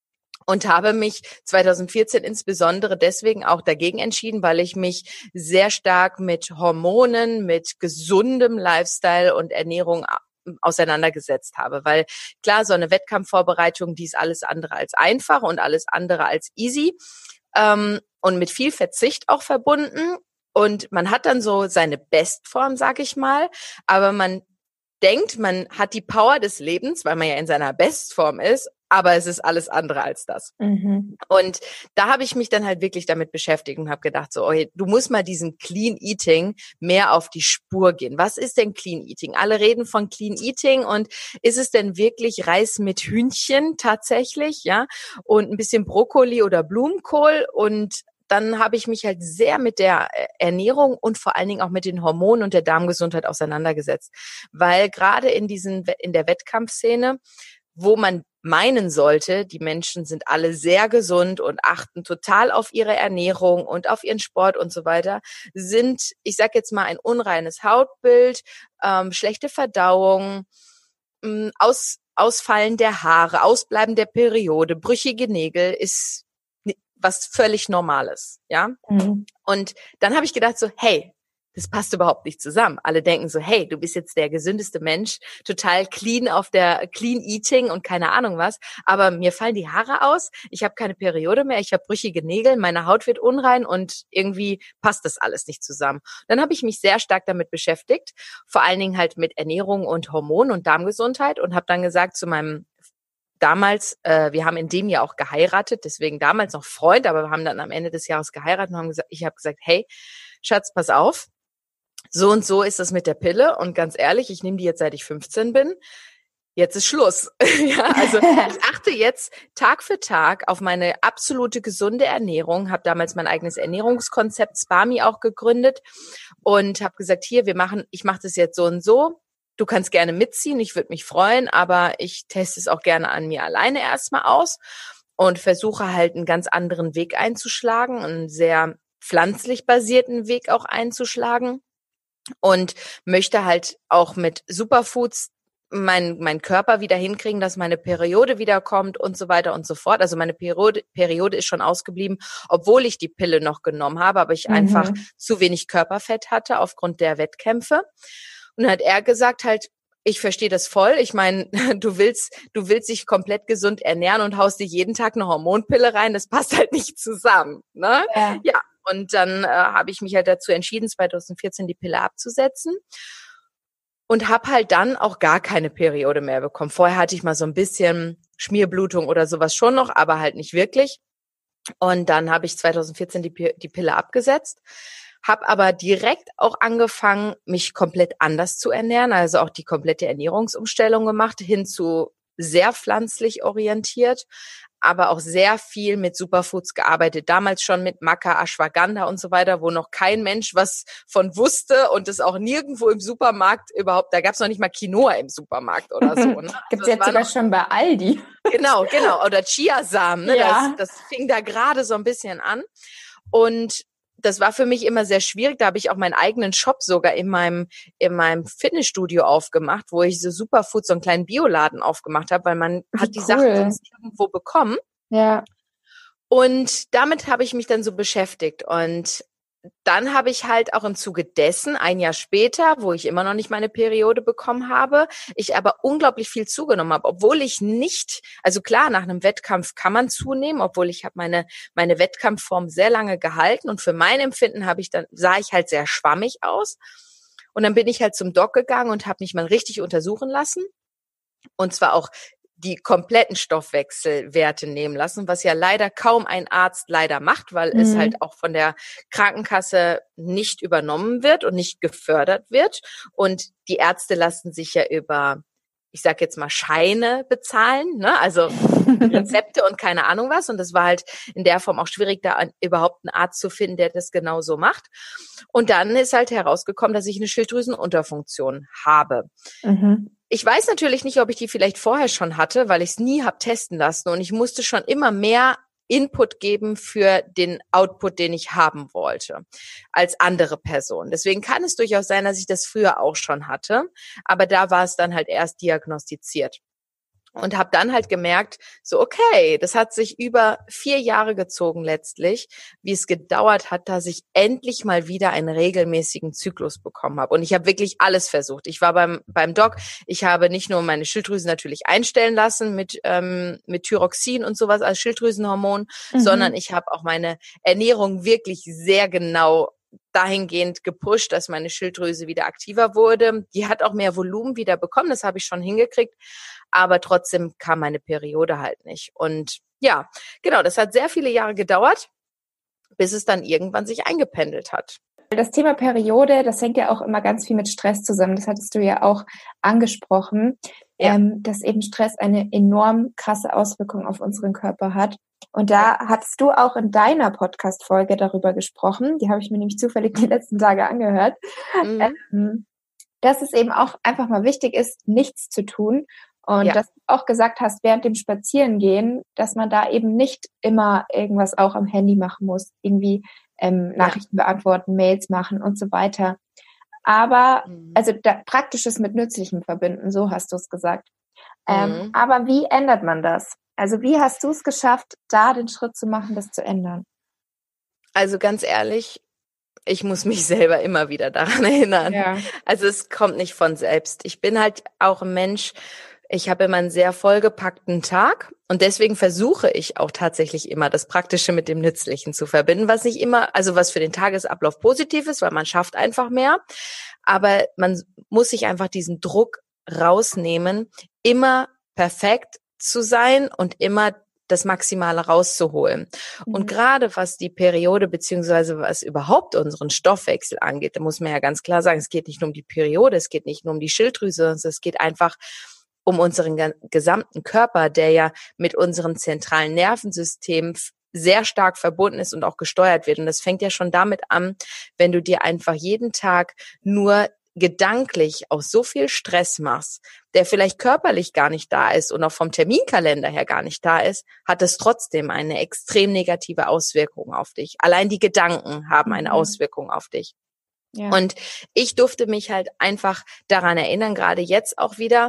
Speaker 2: und habe mich 2014 insbesondere deswegen auch dagegen entschieden, weil ich mich sehr stark mit Hormonen, mit gesundem Lifestyle und Ernährung auseinandergesetzt habe. Weil klar, so eine Wettkampfvorbereitung, die ist alles andere als einfach und alles andere als easy, und mit viel Verzicht auch verbunden. Und man hat dann so seine Bestform, sag ich mal, aber man denkt, man hat die Power des Lebens, weil man ja in seiner Bestform ist, aber es ist alles andere als das.
Speaker 1: Mhm.
Speaker 2: Und da habe ich mich dann halt wirklich damit beschäftigt und habe gedacht, so, okay, du musst mal diesen Clean Eating mehr auf die Spur gehen. Was ist denn Clean Eating? Alle reden von Clean Eating, und ist es denn wirklich Reis mit Hühnchen tatsächlich, ja? Und ein bisschen Brokkoli oder Blumenkohl? Und dann habe ich mich halt sehr mit der Ernährung und vor allen Dingen auch mit den Hormonen und der Darmgesundheit auseinandergesetzt. Weil gerade in der Wettkampfszene, wo man meinen sollte, die Menschen sind alle sehr gesund und achten total auf ihre Ernährung und auf ihren Sport und so weiter, sind, ich sag jetzt mal, ein unreines Hautbild, schlechte Verdauung, Ausfallen der Haare, Ausbleiben der Periode, brüchige Nägel ist was völlig Normales, ja.
Speaker 1: Mhm.
Speaker 2: Und dann habe ich gedacht so, hey, das passt überhaupt nicht zusammen. Alle denken so, hey, du bist jetzt der gesündeste Mensch, total clean auf der Clean Eating und keine Ahnung was. Aber mir fallen die Haare aus, ich habe keine Periode mehr, ich habe brüchige Nägel, meine Haut wird unrein und irgendwie passt das alles nicht zusammen. Dann habe ich mich sehr stark damit beschäftigt, vor allen Dingen halt mit Ernährung und Hormonen und Darmgesundheit, und habe dann gesagt zu meinem damals, wir haben in dem Jahr auch geheiratet, deswegen damals noch Freund, aber wir haben dann am Ende des Jahres geheiratet und haben gesagt, ich habe gesagt, hey, Schatz, pass auf, so und so ist das mit der Pille, und ganz ehrlich, ich nehme die jetzt, seit ich 15 bin. Jetzt ist Schluss. Ja, also ich achte jetzt Tag für Tag auf meine absolute gesunde Ernährung, habe damals mein eigenes Ernährungskonzept Spami auch gegründet und habe gesagt, hier, ich mache das jetzt so und so. Du kannst gerne mitziehen, ich würde mich freuen, aber ich teste es auch gerne an mir alleine erstmal aus und versuche halt einen ganz anderen Weg einzuschlagen, einen sehr pflanzlich basierten Weg auch einzuschlagen, und möchte halt auch mit Superfoods mein Körper wieder hinkriegen, dass meine Periode wiederkommt und so weiter und so fort. Also meine Periode ist schon ausgeblieben, obwohl ich die Pille noch genommen habe, aber ich einfach zu wenig Körperfett hatte aufgrund der Wettkämpfe. Und dann hat er gesagt halt, ich verstehe das voll. Ich meine, du willst dich komplett gesund ernähren und haust dir jeden Tag eine Hormonpille rein. Das passt halt nicht zusammen, ne? Ja. Und dann habe ich mich halt dazu entschieden, 2014 die Pille abzusetzen. Und habe halt dann auch gar keine Periode mehr bekommen. Vorher hatte ich mal so ein bisschen Schmierblutung oder sowas schon noch, aber halt nicht wirklich. Und dann habe ich 2014 die Pille abgesetzt, habe aber direkt auch angefangen, mich komplett anders zu ernähren, also auch die komplette Ernährungsumstellung gemacht, hin zu sehr pflanzlich orientiert, aber auch sehr viel mit Superfoods gearbeitet. Damals schon mit Maca, Ashwagandha und so weiter, wo noch kein Mensch was von wusste und es auch nirgendwo im Supermarkt überhaupt, da gab es noch nicht mal Quinoa im Supermarkt oder so. Ne?
Speaker 1: Gibt es jetzt sogar schon bei Aldi.
Speaker 2: Genau. Oder Chiasamen, ne?
Speaker 1: Ja.
Speaker 2: Das fing da gerade so ein bisschen an. Und das war für mich immer sehr schwierig. Da habe ich auch meinen eigenen Shop sogar in meinem Fitnessstudio aufgemacht, wo ich so Superfood, so einen kleinen Bioladen aufgemacht habe, weil man hat die Sachen sonst nirgendwo bekommen.
Speaker 1: Ja.
Speaker 2: Und damit habe ich mich dann so beschäftigt. Und dann habe ich halt auch im Zuge dessen, ein Jahr später, wo ich immer noch nicht meine Periode bekommen habe, ich aber unglaublich viel zugenommen habe, obwohl ich nicht, also klar, nach einem Wettkampf kann man zunehmen, obwohl ich habe meine Wettkampfform sehr lange gehalten, und für mein Empfinden sah ich halt sehr schwammig aus. Und dann bin ich halt zum Doc gegangen und habe mich mal richtig untersuchen lassen, und zwar auch die kompletten Stoffwechselwerte nehmen lassen, was ja leider kaum ein Arzt leider macht, weil es halt auch von der Krankenkasse nicht übernommen wird und nicht gefördert wird. Und die Ärzte lassen sich ja über, ich sag jetzt mal, Scheine bezahlen, ne? Also Rezepte und keine Ahnung was. Und das war halt in der Form auch schwierig, da überhaupt einen Arzt zu finden, der das genau so macht. Und dann ist halt herausgekommen, dass ich eine Schilddrüsenunterfunktion habe. Ich weiß natürlich nicht, ob ich die vielleicht vorher schon hatte, weil ich es nie habe testen lassen, und ich musste schon immer mehr Input geben für den Output, den ich haben wollte, als andere Personen. Deswegen kann es durchaus sein, dass ich das früher auch schon hatte, aber da war es dann halt erst diagnostiziert. Und habe dann halt gemerkt, so okay, das hat sich über 4 Jahre gezogen letztlich, wie es gedauert hat, dass ich endlich mal wieder einen regelmäßigen Zyklus bekommen habe. Und ich habe wirklich alles versucht. Ich war beim Doc, ich habe nicht nur meine Schilddrüse natürlich einstellen lassen mit Thyroxin und sowas als Schilddrüsenhormon, sondern ich habe auch meine Ernährung wirklich sehr genau dahingehend gepusht, dass meine Schilddrüse wieder aktiver wurde. Die hat auch mehr Volumen wieder bekommen, das habe ich schon hingekriegt, aber trotzdem kam meine Periode halt nicht. Und ja, genau, das hat sehr viele Jahre gedauert, bis es dann irgendwann sich eingependelt hat.
Speaker 1: Das Thema Periode, das hängt ja auch immer ganz viel mit Stress zusammen. Das hattest du ja auch angesprochen, dass eben Stress eine enorm krasse Auswirkung auf unseren Körper hat. Und da hattest du auch in deiner Podcast-Folge darüber gesprochen, die habe ich mir nämlich zufällig die letzten Tage angehört, dass es eben auch einfach mal wichtig ist, nichts zu tun. Und dass du auch gesagt hast, während dem Spazierengehen, dass man da eben nicht immer irgendwas auch am Handy machen muss, irgendwie Nachrichten beantworten, Mails machen und so weiter. Aber, also Praktisches mit Nützlichem verbinden, so hast du es gesagt. Aber wie ändert man das? Also wie hast du es geschafft, da den Schritt zu machen, das zu ändern?
Speaker 2: Also ganz ehrlich, ich muss mich selber immer wieder daran erinnern. Ja. Also es kommt nicht von selbst. Ich bin halt auch ein Mensch, ich habe immer einen sehr vollgepackten Tag und deswegen versuche ich auch tatsächlich immer das Praktische mit dem Nützlichen zu verbinden, was nicht immer, also was für den Tagesablauf positiv ist, weil man schafft einfach mehr, aber man muss sich einfach diesen Druck rausnehmen, immer perfekt zu sein und immer das Maximale rauszuholen. Und gerade was die Periode beziehungsweise was überhaupt unseren Stoffwechsel angeht, da muss man ja ganz klar sagen, es geht nicht nur um die Periode, es geht nicht nur um die Schilddrüse, sondern es geht einfach um unseren gesamten Körper, der ja mit unserem zentralen Nervensystem sehr stark verbunden ist und auch gesteuert wird. Und das fängt ja schon damit an, wenn du dir einfach jeden Tag nur gedanklich auch so viel Stress machst, der vielleicht körperlich gar nicht da ist und auch vom Terminkalender her gar nicht da ist, hat es trotzdem eine extrem negative Auswirkung auf dich. Allein die Gedanken haben eine Auswirkung auf dich. Ja. Und ich durfte mich halt einfach daran erinnern, gerade jetzt auch wieder,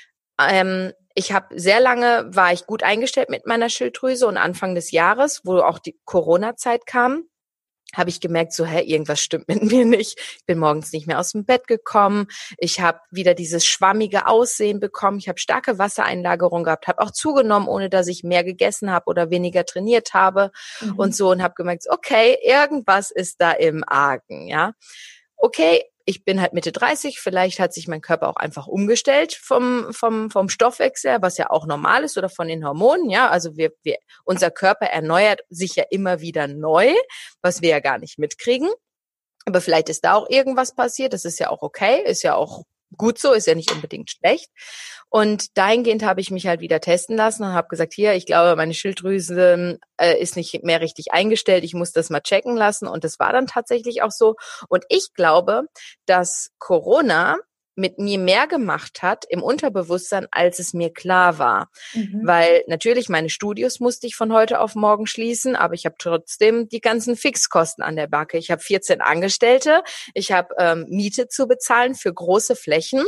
Speaker 2: ich habe sehr lange, war ich gut eingestellt mit meiner Schilddrüse und Anfang des Jahres, wo auch die Corona-Zeit kam, habe ich gemerkt, so, irgendwas stimmt mit mir nicht. Ich bin morgens nicht mehr aus dem Bett gekommen. Ich habe wieder dieses schwammige Aussehen bekommen. Ich habe starke Wassereinlagerung gehabt, habe auch zugenommen, ohne dass ich mehr gegessen habe oder weniger trainiert habe und so und habe gemerkt, okay, irgendwas ist da im Argen, ja. Okay, ich bin halt Mitte 30, vielleicht hat sich mein Körper auch einfach umgestellt vom Stoffwechsel, was ja auch normal ist, oder von den Hormonen, ja. Also unser Körper erneuert sich ja immer wieder neu, was wir ja gar nicht mitkriegen. Aber vielleicht ist da auch irgendwas passiert, das ist ja auch okay, ist ja auch gut so, ist ja nicht unbedingt schlecht. Und dahingehend habe ich mich halt wieder testen lassen und habe gesagt, hier, ich glaube, meine Schilddrüse ist nicht mehr richtig eingestellt, ich muss das mal checken lassen. Und das war dann tatsächlich auch so. Und ich glaube, dass Corona mit mir mehr gemacht hat im Unterbewusstsein, als es mir klar war. Weil natürlich meine Studios musste ich von heute auf morgen schließen, aber ich habe trotzdem die ganzen Fixkosten an der Backe. Ich habe 14 Angestellte, ich habe Miete zu bezahlen für große Flächen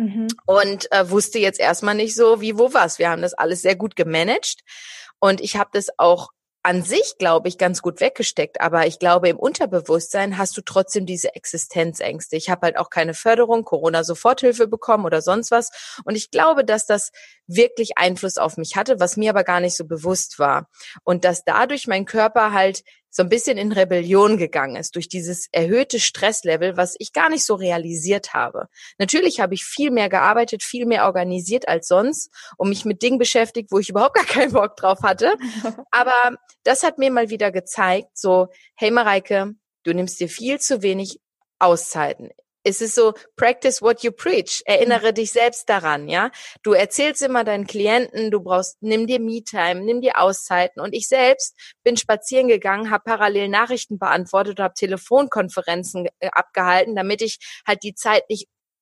Speaker 2: und wusste jetzt erstmal nicht so, wie, wo, was. Wir haben das alles sehr gut gemanagt und ich habe das auch an sich, glaube ich, ganz gut weggesteckt. Aber ich glaube, im Unterbewusstsein hast du trotzdem diese Existenzängste. Ich habe halt auch keine Förderung, Corona-Soforthilfe bekommen oder sonst was. Und ich glaube, dass das wirklich Einfluss auf mich hatte, was mir aber gar nicht so bewusst war. Und dass dadurch mein Körper halt so ein bisschen in Rebellion gegangen ist durch dieses erhöhte Stresslevel, was ich gar nicht so realisiert habe. Natürlich habe ich viel mehr gearbeitet, viel mehr organisiert als sonst und mich mit Dingen beschäftigt, wo ich überhaupt gar keinen Bock drauf hatte. Aber das hat mir mal wieder gezeigt, so, hey Mareike, du nimmst dir viel zu wenig Auszeiten. Es ist so, practice what you preach. Erinnere dich selbst daran, ja. Du erzählst immer deinen Klienten, nimm dir Me-Time, nimm dir Auszeiten. Und ich selbst bin spazieren gegangen, habe parallel Nachrichten beantwortet, habe Telefonkonferenzen abgehalten, damit ich halt die Zeit nicht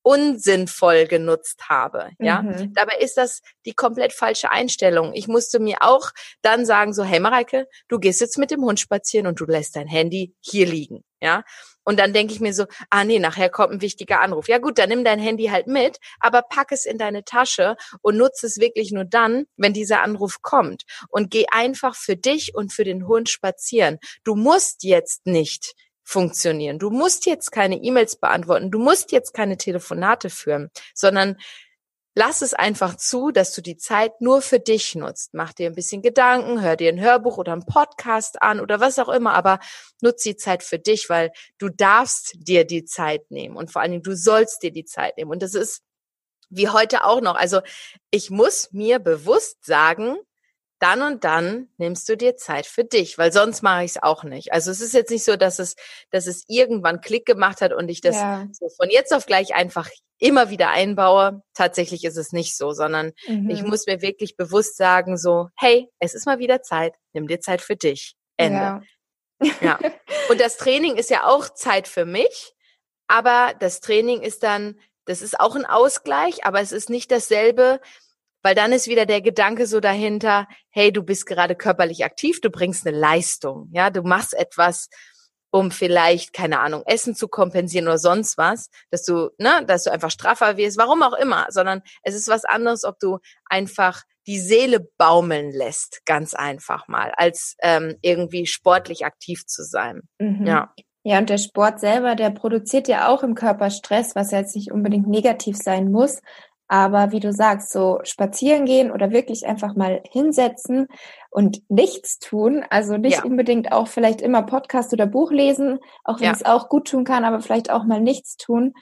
Speaker 2: unsinnvoll genutzt habe, ja.
Speaker 1: Mhm.
Speaker 2: Dabei ist das die komplett falsche Einstellung. Ich musste mir auch dann sagen so, hey Mareike, du gehst jetzt mit dem Hund spazieren und du lässt dein Handy hier liegen, ja. Und dann denke ich mir so, nee, nachher kommt ein wichtiger Anruf. Ja gut, dann nimm dein Handy halt mit, aber pack es in deine Tasche und nutze es wirklich nur dann, wenn dieser Anruf kommt. Und geh einfach für dich und für den Hund spazieren. Du musst jetzt nicht funktionieren. Du musst jetzt keine E-Mails beantworten. Du musst jetzt keine Telefonate führen, sondern lass es einfach zu, dass du die Zeit nur für dich nutzt. Mach dir ein bisschen Gedanken, hör dir ein Hörbuch oder einen Podcast an oder was auch immer, aber nutz die Zeit für dich, weil du darfst dir die Zeit nehmen und vor allen Dingen du sollst dir die Zeit nehmen. Und das ist wie heute auch noch. Also ich muss mir bewusst sagen, dann und dann nimmst du dir Zeit für dich, weil sonst mache ich es auch nicht. Also es ist jetzt nicht so, dass es irgendwann Klick gemacht hat und ich das so von jetzt auf gleich einfach immer wieder einbaue. Tatsächlich ist es nicht so, sondern ich muss mir wirklich bewusst sagen so, hey, es ist mal wieder Zeit, nimm dir Zeit für dich. Ende. Ja. Und das Training ist ja auch Zeit für mich, aber das Training ist dann, das ist auch ein Ausgleich, aber es ist nicht dasselbe, weil dann ist wieder der Gedanke so dahinter, hey, du bist gerade körperlich aktiv, du bringst eine Leistung, ja, du machst etwas, um vielleicht, keine Ahnung, Essen zu kompensieren oder sonst was, dass du einfach straffer wirst, warum auch immer, sondern es ist was anderes, ob du einfach die Seele baumeln lässt, ganz einfach mal, als irgendwie sportlich aktiv zu sein. Ja.
Speaker 1: Ja, und der Sport selber, der produziert ja auch im Körper Stress, was ja jetzt nicht unbedingt negativ sein muss. Aber wie du sagst, so spazieren gehen oder wirklich einfach mal hinsetzen und nichts tun, also nicht unbedingt auch vielleicht immer Podcast oder Buch lesen, auch wenn es auch gut tun kann, aber vielleicht auch mal nichts tun.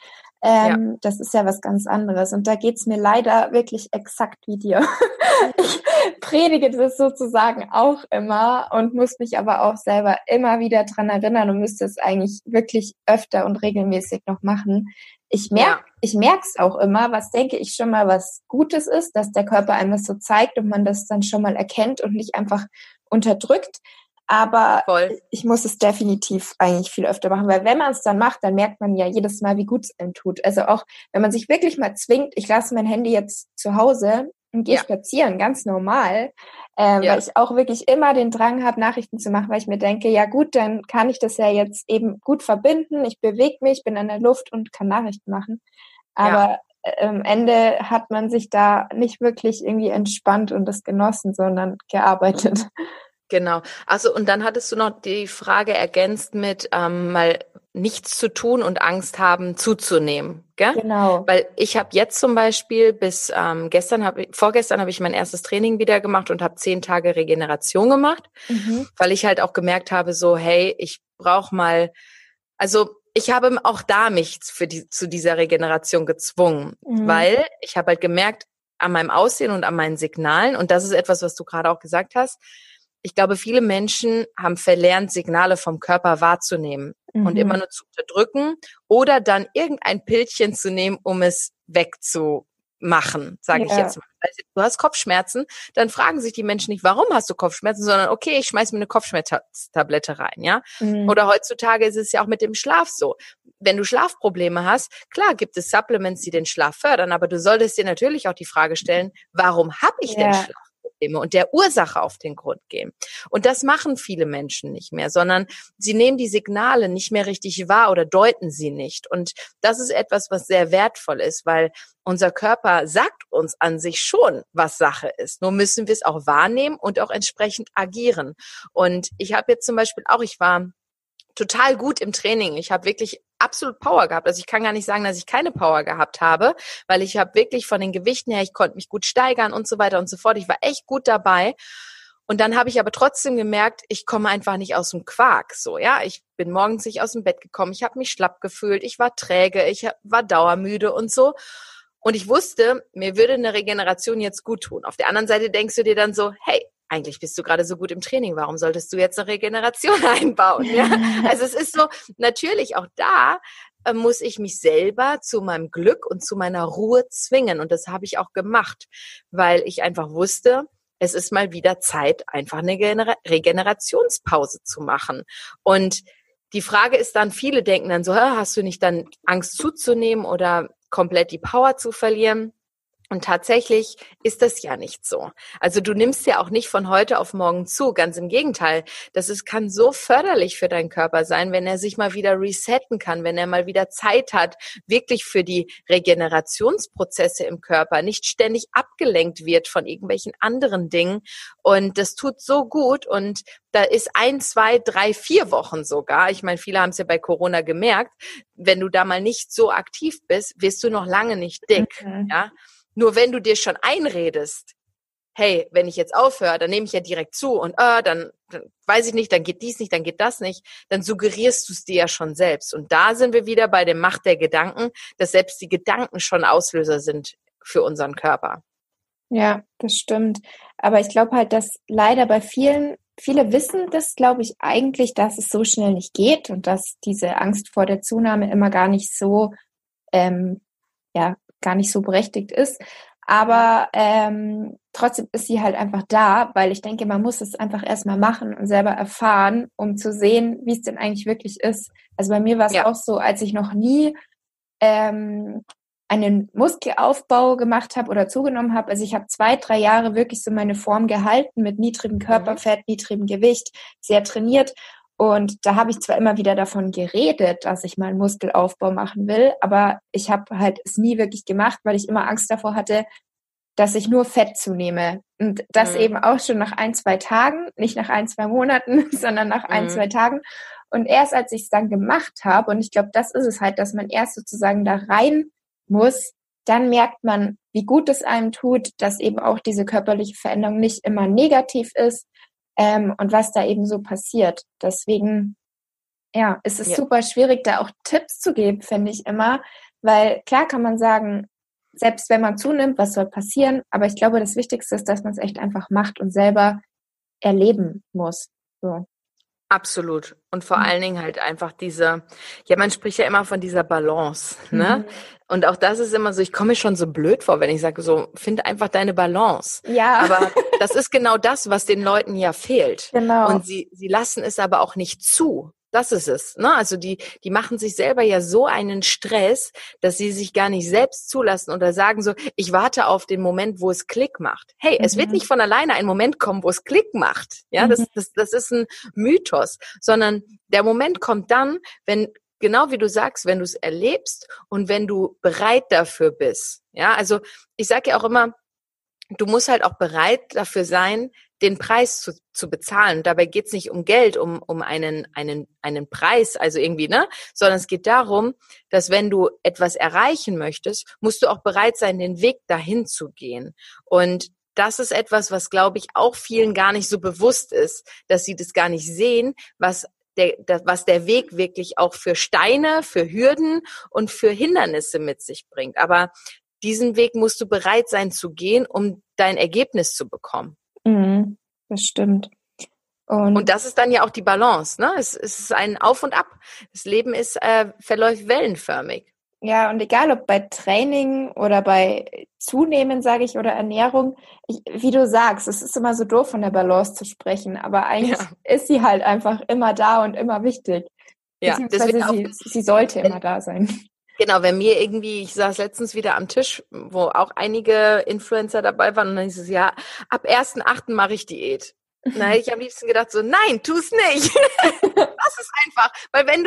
Speaker 1: Das ist ja was ganz anderes. Und da geht's mir leider wirklich exakt wie dir. Ich predige das sozusagen auch immer und muss mich aber auch selber immer wieder dran erinnern und müsste es eigentlich wirklich öfter und regelmäßig noch machen. Ich merk's auch immer, was denke ich schon mal was Gutes ist, dass der Körper einem das so zeigt und man das dann schon mal erkennt und nicht einfach unterdrückt. Aber ich muss es definitiv eigentlich viel öfter machen, weil wenn man es dann macht, dann merkt man ja jedes Mal, wie gut es einem tut. Also auch, wenn man sich wirklich mal zwingt, ich lasse mein Handy jetzt zu Hause und gehe spazieren, ganz normal, weil ich auch wirklich immer den Drang habe, Nachrichten zu machen, weil ich mir denke, ja gut, dann kann ich das ja jetzt eben gut verbinden, ich bewege mich, bin in der Luft und kann Nachrichten machen. Aber am Ende hat man sich da nicht wirklich irgendwie entspannt und das genossen, sondern gearbeitet.
Speaker 2: Genau. Also und dann hattest du noch die Frage ergänzt mit mal nichts zu tun und Angst haben zuzunehmen, gell?
Speaker 1: Genau.
Speaker 2: Weil ich habe jetzt zum Beispiel bis vorgestern habe ich mein erstes Training wieder gemacht und habe 10 Tage Regeneration gemacht, weil ich halt auch gemerkt habe, so hey, ich brauche mal, also ich habe auch da mich zu dieser Regeneration gezwungen, weil ich habe halt gemerkt an meinem Aussehen und an meinen Signalen, und das ist etwas, was du gerade auch gesagt hast. Ich glaube, viele Menschen haben verlernt, Signale vom Körper wahrzunehmen und immer nur zu unterdrücken oder dann irgendein Pillchen zu nehmen, um es wegzumachen, sage ich jetzt mal. Also, du hast Kopfschmerzen, dann fragen sich die Menschen nicht, warum hast du Kopfschmerzen, sondern okay, ich schmeiß mir eine Kopfschmerztablette rein, ja? Oder heutzutage ist es ja auch mit dem Schlaf so. Wenn du Schlafprobleme hast, klar gibt es Supplements, die den Schlaf fördern, aber du solltest dir natürlich auch die Frage stellen, warum habe ich denn Schlaf? Und der Ursache auf den Grund gehen. Und das machen viele Menschen nicht mehr, sondern sie nehmen die Signale nicht mehr richtig wahr oder deuten sie nicht. Und das ist etwas, was sehr wertvoll ist, weil unser Körper sagt uns an sich schon, was Sache ist. Nur müssen wir es auch wahrnehmen und auch entsprechend agieren. Und ich habe jetzt zum Beispiel auch, ich war total gut im Training. Ich habe wirklich absolut Power gehabt. Also ich kann gar nicht sagen, dass ich keine Power gehabt habe, weil ich habe wirklich von den Gewichten her, ich konnte mich gut steigern und so weiter und so fort. Ich war echt gut dabei. Und dann habe ich aber trotzdem gemerkt, ich komme einfach nicht aus dem Quark. So, ja, ich bin morgens nicht aus dem Bett gekommen. Ich habe mich schlapp gefühlt. Ich war träge. Ich war dauermüde und so. Und ich wusste, mir würde eine Regeneration jetzt gut tun. Auf der anderen Seite denkst du dir dann so, hey, eigentlich bist du gerade so gut im Training, warum solltest du jetzt eine Regeneration einbauen? Ja? Also es ist so, natürlich auch da muss ich mich selber zu meinem Glück und zu meiner Ruhe zwingen. Und das habe ich auch gemacht, weil ich einfach wusste, es ist mal wieder Zeit, einfach eine Regenerationspause zu machen. Und die Frage ist dann, viele denken dann so, hast du nicht dann Angst zuzunehmen oder komplett die Power zu verlieren. Und tatsächlich ist das ja nicht so. Also du nimmst ja auch nicht von heute auf morgen zu. Ganz im Gegenteil. Kann so förderlich für deinen Körper sein, wenn er sich mal wieder resetten kann, wenn er mal wieder Zeit hat, wirklich für die Regenerationsprozesse im Körper, nicht ständig abgelenkt wird von irgendwelchen anderen Dingen. Und das tut so gut. Und da ist 1, 2, 3, 4 Wochen sogar. Ich meine, viele haben es ja bei Corona gemerkt. Wenn du da mal nicht so aktiv bist, wirst du noch lange nicht dick. Ja. Nur wenn du dir schon einredest, hey, wenn ich jetzt aufhöre, dann nehme ich ja direkt zu und dann weiß ich nicht, dann geht dies nicht, dann geht das nicht, dann suggerierst du es dir ja schon selbst. Und da sind wir wieder bei der Macht der Gedanken, dass selbst die Gedanken schon Auslöser sind für unseren Körper.
Speaker 1: Ja, das stimmt. Aber ich glaube halt, dass leider bei viele wissen das, glaube ich, eigentlich, dass es so schnell nicht geht und dass diese Angst vor der Zunahme immer gar nicht so gar nicht so berechtigt ist. Aber trotzdem ist sie halt einfach da, weil ich denke, man muss es einfach erstmal machen und selber erfahren, um zu sehen, wie es denn eigentlich wirklich ist. Also bei mir war es auch so, als ich noch nie einen Muskelaufbau gemacht habe oder zugenommen habe. Also ich habe 2, 3 Jahre wirklich so meine Form gehalten mit niedrigem Körperfett, niedrigem Gewicht, sehr trainiert. Und da habe ich zwar immer wieder davon geredet, dass ich mal einen Muskelaufbau machen will, aber ich habe halt es nie wirklich gemacht, weil ich immer Angst davor hatte, dass ich nur Fett zunehme. Und das eben auch schon nach 1, 2 Tagen, nicht nach 1, 2 Monaten, sondern nach 1, 2 Tagen. Und erst als ich es dann gemacht habe, und ich glaube, das ist es halt, dass man erst sozusagen da rein muss, dann merkt man, wie gut es einem tut, dass eben auch diese körperliche Veränderung nicht immer negativ ist, und was da eben so passiert. Deswegen, ist es super schwierig, da auch Tipps zu geben, finde ich immer, weil klar kann man sagen, selbst wenn man zunimmt, was soll passieren, aber ich glaube, das Wichtigste ist, dass man es echt einfach macht und selber erleben muss. So.
Speaker 2: Absolut. Und vor allen Dingen halt einfach man spricht ja immer von dieser Balance, ne? Und auch das ist immer so, ich komme mir schon so blöd vor, wenn ich sage so, finde einfach deine Balance.
Speaker 1: Ja.
Speaker 2: Aber das ist genau das, was den Leuten ja fehlt.
Speaker 1: Genau.
Speaker 2: Und sie lassen es aber auch nicht zu. Das ist es, ne? Also die machen sich selber ja so einen Stress, dass sie sich gar nicht selbst zulassen oder sagen so, ich warte auf den Moment, wo es Klick macht. Hey, es wird nicht von alleine ein Moment kommen, wo es Klick macht. Ja, das ist ein Mythos, sondern der Moment kommt dann, wenn, genau wie du sagst, wenn du es erlebst und wenn du bereit dafür bist. Ja, also ich sage ja auch immer, du musst halt auch bereit dafür sein, den Preis zu bezahlen. Dabei geht's nicht um Geld, um einen Preis, also irgendwie, ne? Sondern es geht darum, dass wenn du etwas erreichen möchtest, musst du auch bereit sein, den Weg dahin zu gehen. Und das ist etwas, was, glaube ich, auch vielen gar nicht so bewusst ist, dass sie das gar nicht sehen, was der Weg wirklich auch für Steine, für Hürden und für Hindernisse mit sich bringt. Aber diesen Weg musst du bereit sein zu gehen, um dein Ergebnis zu bekommen.
Speaker 1: Das stimmt.
Speaker 2: Und das ist dann ja auch die Balance, ne? Es ist ein Auf und Ab. Das Leben verläuft wellenförmig.
Speaker 1: Ja, und egal ob bei Training oder bei Zunehmen, sage ich, oder Ernährung, wie du sagst, es ist immer so doof, von der Balance zu sprechen, aber eigentlich ist sie halt einfach immer da und immer wichtig.
Speaker 2: Ja,
Speaker 1: beziehungsweise sie sollte immer da sein.
Speaker 2: Genau, wenn mir irgendwie, ich saß letztens wieder am Tisch, wo auch einige Influencer dabei waren und dann hieß es, ja, ab 1.8. mache ich Diät. Da hätte ich am liebsten gedacht so, nein, tu's nicht. Lass es einfach. Weil wenn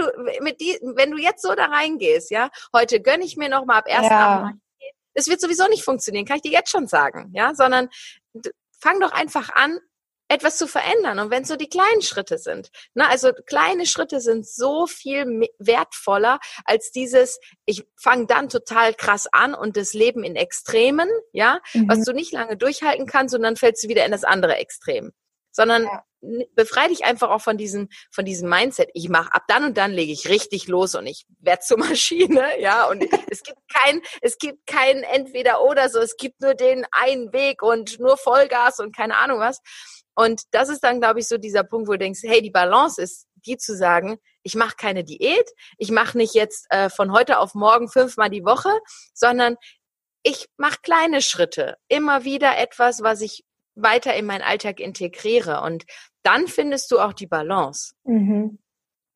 Speaker 2: du jetzt so da reingehst, ja, heute gönne ich mir noch mal ab 1.8. Das wird sowieso nicht funktionieren, kann ich dir jetzt schon sagen, ja, sondern fang doch einfach an, etwas zu verändern. Und wenn es so die kleinen Schritte sind, ne, also kleine Schritte sind so viel wertvoller als dieses, ich fange dann total krass an und das Leben in Extremen, ja, was du nicht lange durchhalten kannst und dann fällst du wieder in das andere Extrem. Sondern befrei dich einfach auch von diesem Mindset. Ich mache ab dann und dann lege ich richtig los und ich werde zur Maschine, ja. Und es gibt kein entweder oder so. Es gibt nur den einen Weg und nur Vollgas und keine Ahnung was. Und das ist dann, glaube ich, so dieser Punkt, wo du denkst, hey, die Balance ist, die zu sagen, ich mache keine Diät, ich mache nicht jetzt von heute auf morgen 5-mal die Woche, sondern ich mache kleine Schritte, immer wieder etwas, was ich weiter in meinen Alltag integriere. Und dann findest du auch die Balance.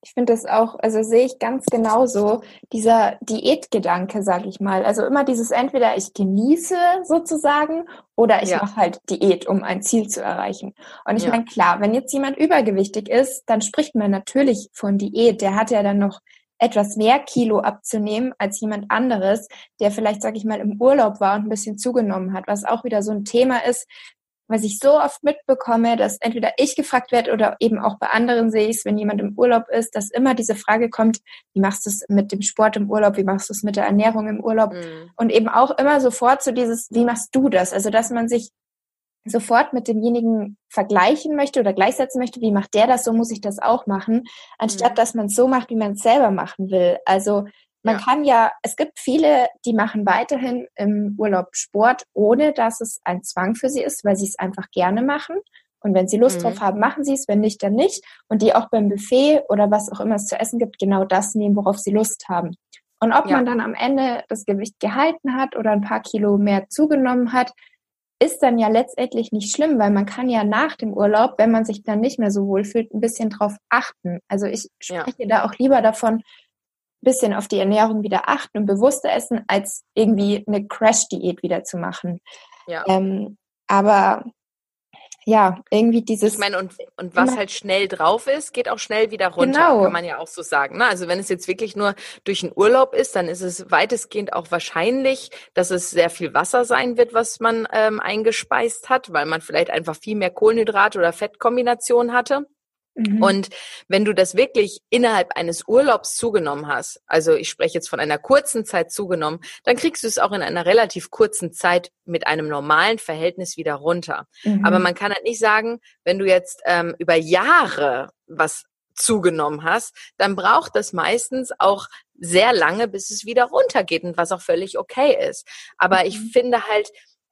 Speaker 1: Ich finde das auch, also sehe ich ganz genauso, dieser Diätgedanke, sage ich mal. Also immer dieses entweder ich genieße sozusagen oder ich
Speaker 2: Ja,
Speaker 1: mache halt Diät, um ein Ziel zu erreichen. Und ich
Speaker 2: ja.
Speaker 1: meine, klar, wenn jetzt jemand übergewichtig ist, dann spricht man natürlich von Diät. Der hat ja dann noch etwas mehr Kilo abzunehmen als jemand anderes, der vielleicht, sage ich mal, im Urlaub war und ein bisschen zugenommen hat, was auch wieder so ein Thema ist, was ich so oft mitbekomme, dass entweder ich gefragt werde oder eben auch bei anderen sehe ich es, wenn jemand im Urlaub ist, dass immer diese Frage kommt, wie machst du es mit dem Sport im Urlaub, wie machst du es mit der Ernährung im Urlaub?
Speaker 2: Mhm.
Speaker 1: Und eben auch immer sofort so dieses, wie machst du das? Also, dass man sich sofort mit demjenigen vergleichen möchte oder gleichsetzen möchte, wie macht der das, so muss ich das auch machen, anstatt dass man es so macht, wie man es selber machen will. Also man
Speaker 2: Ja.
Speaker 1: kann ja, es gibt viele, die machen weiterhin im Urlaub Sport, ohne dass es ein Zwang für sie ist, weil sie es einfach gerne machen. Und wenn sie Lust drauf haben, machen sie es, wenn nicht, dann nicht. Und die auch beim Buffet oder was auch immer es zu essen gibt, genau das nehmen, worauf sie Lust haben. Und ob
Speaker 2: Ja.
Speaker 1: man dann am Ende das Gewicht gehalten hat oder ein paar Kilo mehr zugenommen hat, ist dann ja letztendlich nicht schlimm, weil man kann ja nach dem Urlaub, wenn man sich dann nicht mehr so wohl fühlt, ein bisschen drauf achten. Also ich spreche da auch lieber davon, ein bisschen auf die Ernährung wieder achten und bewusster essen, als irgendwie eine Crash-Diät wieder zu machen.
Speaker 2: Ja.
Speaker 1: Aber ja, irgendwie
Speaker 2: Ich
Speaker 1: dieses...
Speaker 2: meine, und was halt schnell drauf ist, geht auch schnell wieder runter,
Speaker 1: Genau.
Speaker 2: kann man ja auch so sagen. Ne? Also wenn es jetzt wirklich nur durch einen Urlaub ist, dann ist es weitestgehend auch wahrscheinlich, dass es sehr viel Wasser sein wird, was man eingespeist hat, weil man vielleicht einfach viel mehr Kohlenhydrate oder Fettkombination hatte. Und wenn du das wirklich innerhalb eines Urlaubs zugenommen hast, also ich spreche jetzt von einer kurzen Zeit zugenommen, dann kriegst du es auch in einer relativ kurzen Zeit mit einem normalen Verhältnis wieder runter. Aber man kann halt nicht sagen, wenn du jetzt über Jahre was zugenommen hast, dann braucht das meistens auch sehr lange, bis es wieder runtergeht und was auch völlig okay ist. Aber ich finde halt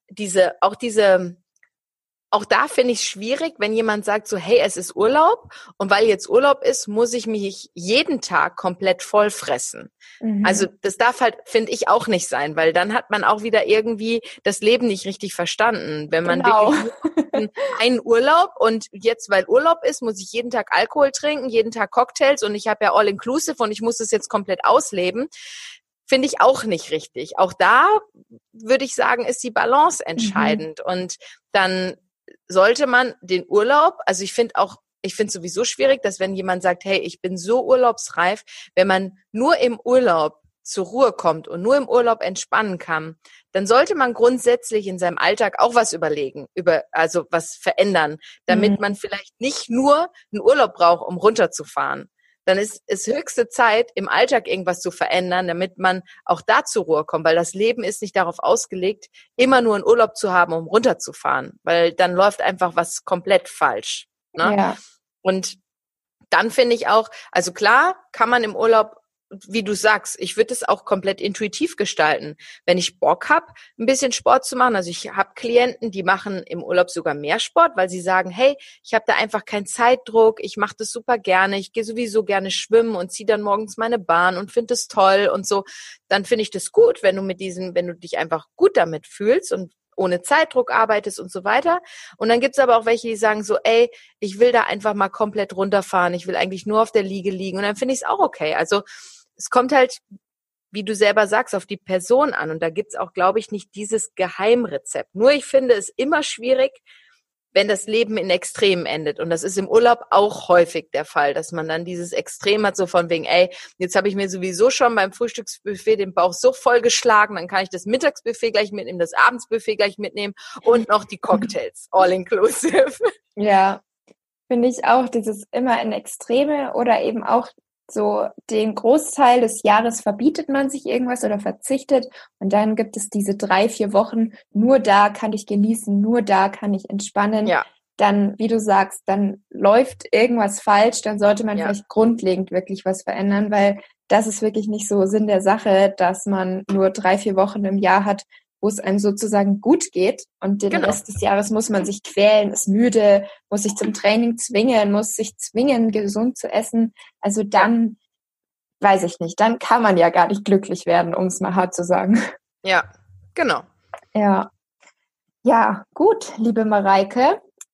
Speaker 2: auch da finde ich es schwierig, wenn jemand sagt so, hey, es ist Urlaub und weil jetzt Urlaub ist, muss ich mich jeden Tag komplett voll fressen. Also das darf halt, finde ich, auch nicht sein, weil dann hat man auch wieder irgendwie das Leben nicht richtig verstanden. Wenn man wirklich nur einen Urlaub und jetzt, weil Urlaub ist, muss ich jeden Tag Alkohol trinken, jeden Tag Cocktails und ich habe ja All-Inclusive und ich muss das jetzt komplett ausleben. Finde ich auch nicht richtig. Auch da würde ich sagen, ist die Balance entscheidend und dann sollte man den Urlaub, also ich finde sowieso schwierig, dass wenn jemand sagt, hey, ich bin so urlaubsreif, wenn man nur im Urlaub zur Ruhe kommt und nur im Urlaub entspannen kann, dann sollte man grundsätzlich in seinem Alltag auch was überlegen, also was verändern, damit man vielleicht nicht nur einen Urlaub braucht, um runterzufahren. Dann ist es höchste Zeit, im Alltag irgendwas zu verändern, damit man auch da zur Ruhe kommt, weil das Leben ist nicht darauf ausgelegt, immer nur einen Urlaub zu haben, um runterzufahren, weil dann läuft einfach was komplett falsch. Ne?
Speaker 1: Ja.
Speaker 2: Und dann finde ich auch, also klar kann man im Urlaub, wie du sagst, ich würde es auch komplett intuitiv gestalten. Wenn ich Bock habe, ein bisschen Sport zu machen, also ich habe Klienten, die machen im Urlaub sogar mehr Sport, weil sie sagen, hey, ich habe da einfach keinen Zeitdruck, ich mache das super gerne, ich gehe sowieso gerne schwimmen und ziehe dann morgens meine Bahn und finde es toll und so. Dann finde ich das gut, wenn du dich einfach gut damit fühlst und ohne Zeitdruck arbeitest und so weiter. Und dann gibt's aber auch welche, die sagen so, ey, ich will da einfach mal komplett runterfahren, ich will eigentlich nur auf der Liege liegen und dann finde ich es auch okay. Also es kommt halt, wie du selber sagst, auf die Person an und da gibt's auch, glaube ich, nicht dieses Geheimrezept. Nur ich finde es immer schwierig, wenn das Leben in Extremen endet. Und das ist im Urlaub auch häufig der Fall, dass man dann dieses Extrem hat, so von wegen, ey, jetzt habe ich mir sowieso schon beim Frühstücksbuffet den Bauch so vollgeschlagen, dann kann ich das Mittagsbuffet gleich mitnehmen, das Abendsbuffet gleich mitnehmen und noch die Cocktails, all inclusive.
Speaker 1: Ja, finde ich auch, dieses immer in Extreme oder eben auch so den Großteil des Jahres verbietet man sich irgendwas oder verzichtet und dann gibt es diese 3-4 Wochen, nur da kann ich genießen, nur da kann ich entspannen.
Speaker 2: Ja.
Speaker 1: Dann, wie du sagst, dann läuft irgendwas falsch, dann sollte man vielleicht grundlegend wirklich was verändern, weil das ist wirklich nicht so Sinn der Sache, dass man nur 3-4 Wochen im Jahr hat, wo es einem sozusagen gut geht und den Rest des Jahres muss man sich quälen, ist müde, muss sich zum Training zwingen, muss sich zwingen, gesund zu essen. Also dann, weiß ich nicht, dann kann man ja gar nicht glücklich werden, um es mal hart zu sagen.
Speaker 2: Ja, genau.
Speaker 1: Ja, gut, liebe Mareike.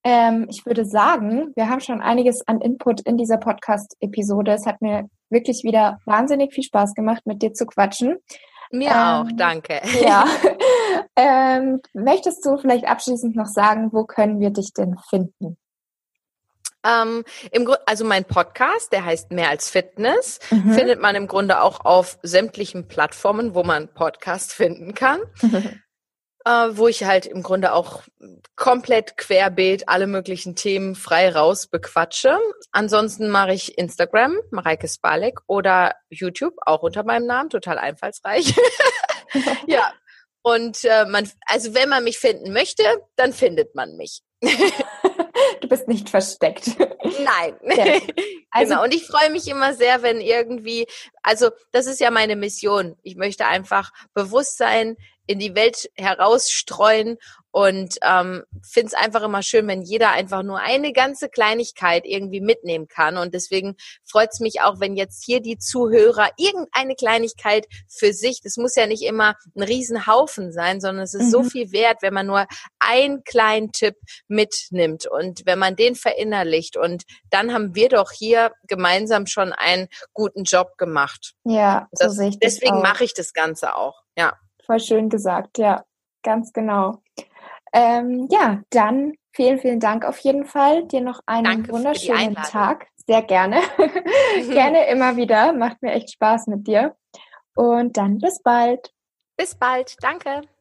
Speaker 1: Ich würde sagen, wir haben schon einiges an Input in dieser Podcast-Episode. Es hat mir wirklich wieder wahnsinnig viel Spaß gemacht, mit dir zu quatschen.
Speaker 2: Mir auch, danke.
Speaker 1: Ja. Möchtest du vielleicht abschließend noch sagen, wo können wir dich denn finden?
Speaker 2: Also mein Podcast, der heißt Mehr als Fitness, findet man im Grunde auch auf sämtlichen Plattformen, wo man Podcast finden kann. Wo ich halt im Grunde auch komplett querbeet alle möglichen Themen frei raus bequatsche. Ansonsten mache ich Instagram, Mareike Spalek, oder YouTube, auch unter meinem Namen, total einfallsreich. Ja, und also wenn man mich finden möchte, dann findet man mich.
Speaker 1: Du bist nicht versteckt.
Speaker 2: Nein.
Speaker 1: Ja. Also,
Speaker 2: genau. Und ich freue mich immer sehr, wenn irgendwie, also das ist ja meine Mission. Ich möchte einfach Bewusstsein in die Welt herausstreuen und finde es einfach immer schön, wenn jeder einfach nur eine ganze Kleinigkeit irgendwie mitnehmen kann. Und deswegen freut es mich auch, wenn jetzt hier die Zuhörer irgendeine Kleinigkeit für sich, das muss ja nicht immer ein Riesenhaufen sein, sondern es ist so viel wert, wenn man nur einen kleinen Tipp mitnimmt und wenn man den verinnerlicht. Und dann haben wir doch hier gemeinsam schon einen guten Job gemacht.
Speaker 1: Ja, so sehe ich das
Speaker 2: deswegen
Speaker 1: auch.
Speaker 2: mache ich das Ganze auch, ja.
Speaker 1: Voll schön gesagt, ja, ganz genau. Ja, dann vielen, vielen Dank auf jeden Fall. Dir noch einen wunderschönen Tag. Sehr gerne. Gerne immer wieder. Macht mir echt Spaß mit dir. Und dann bis bald.
Speaker 2: Bis bald. Danke.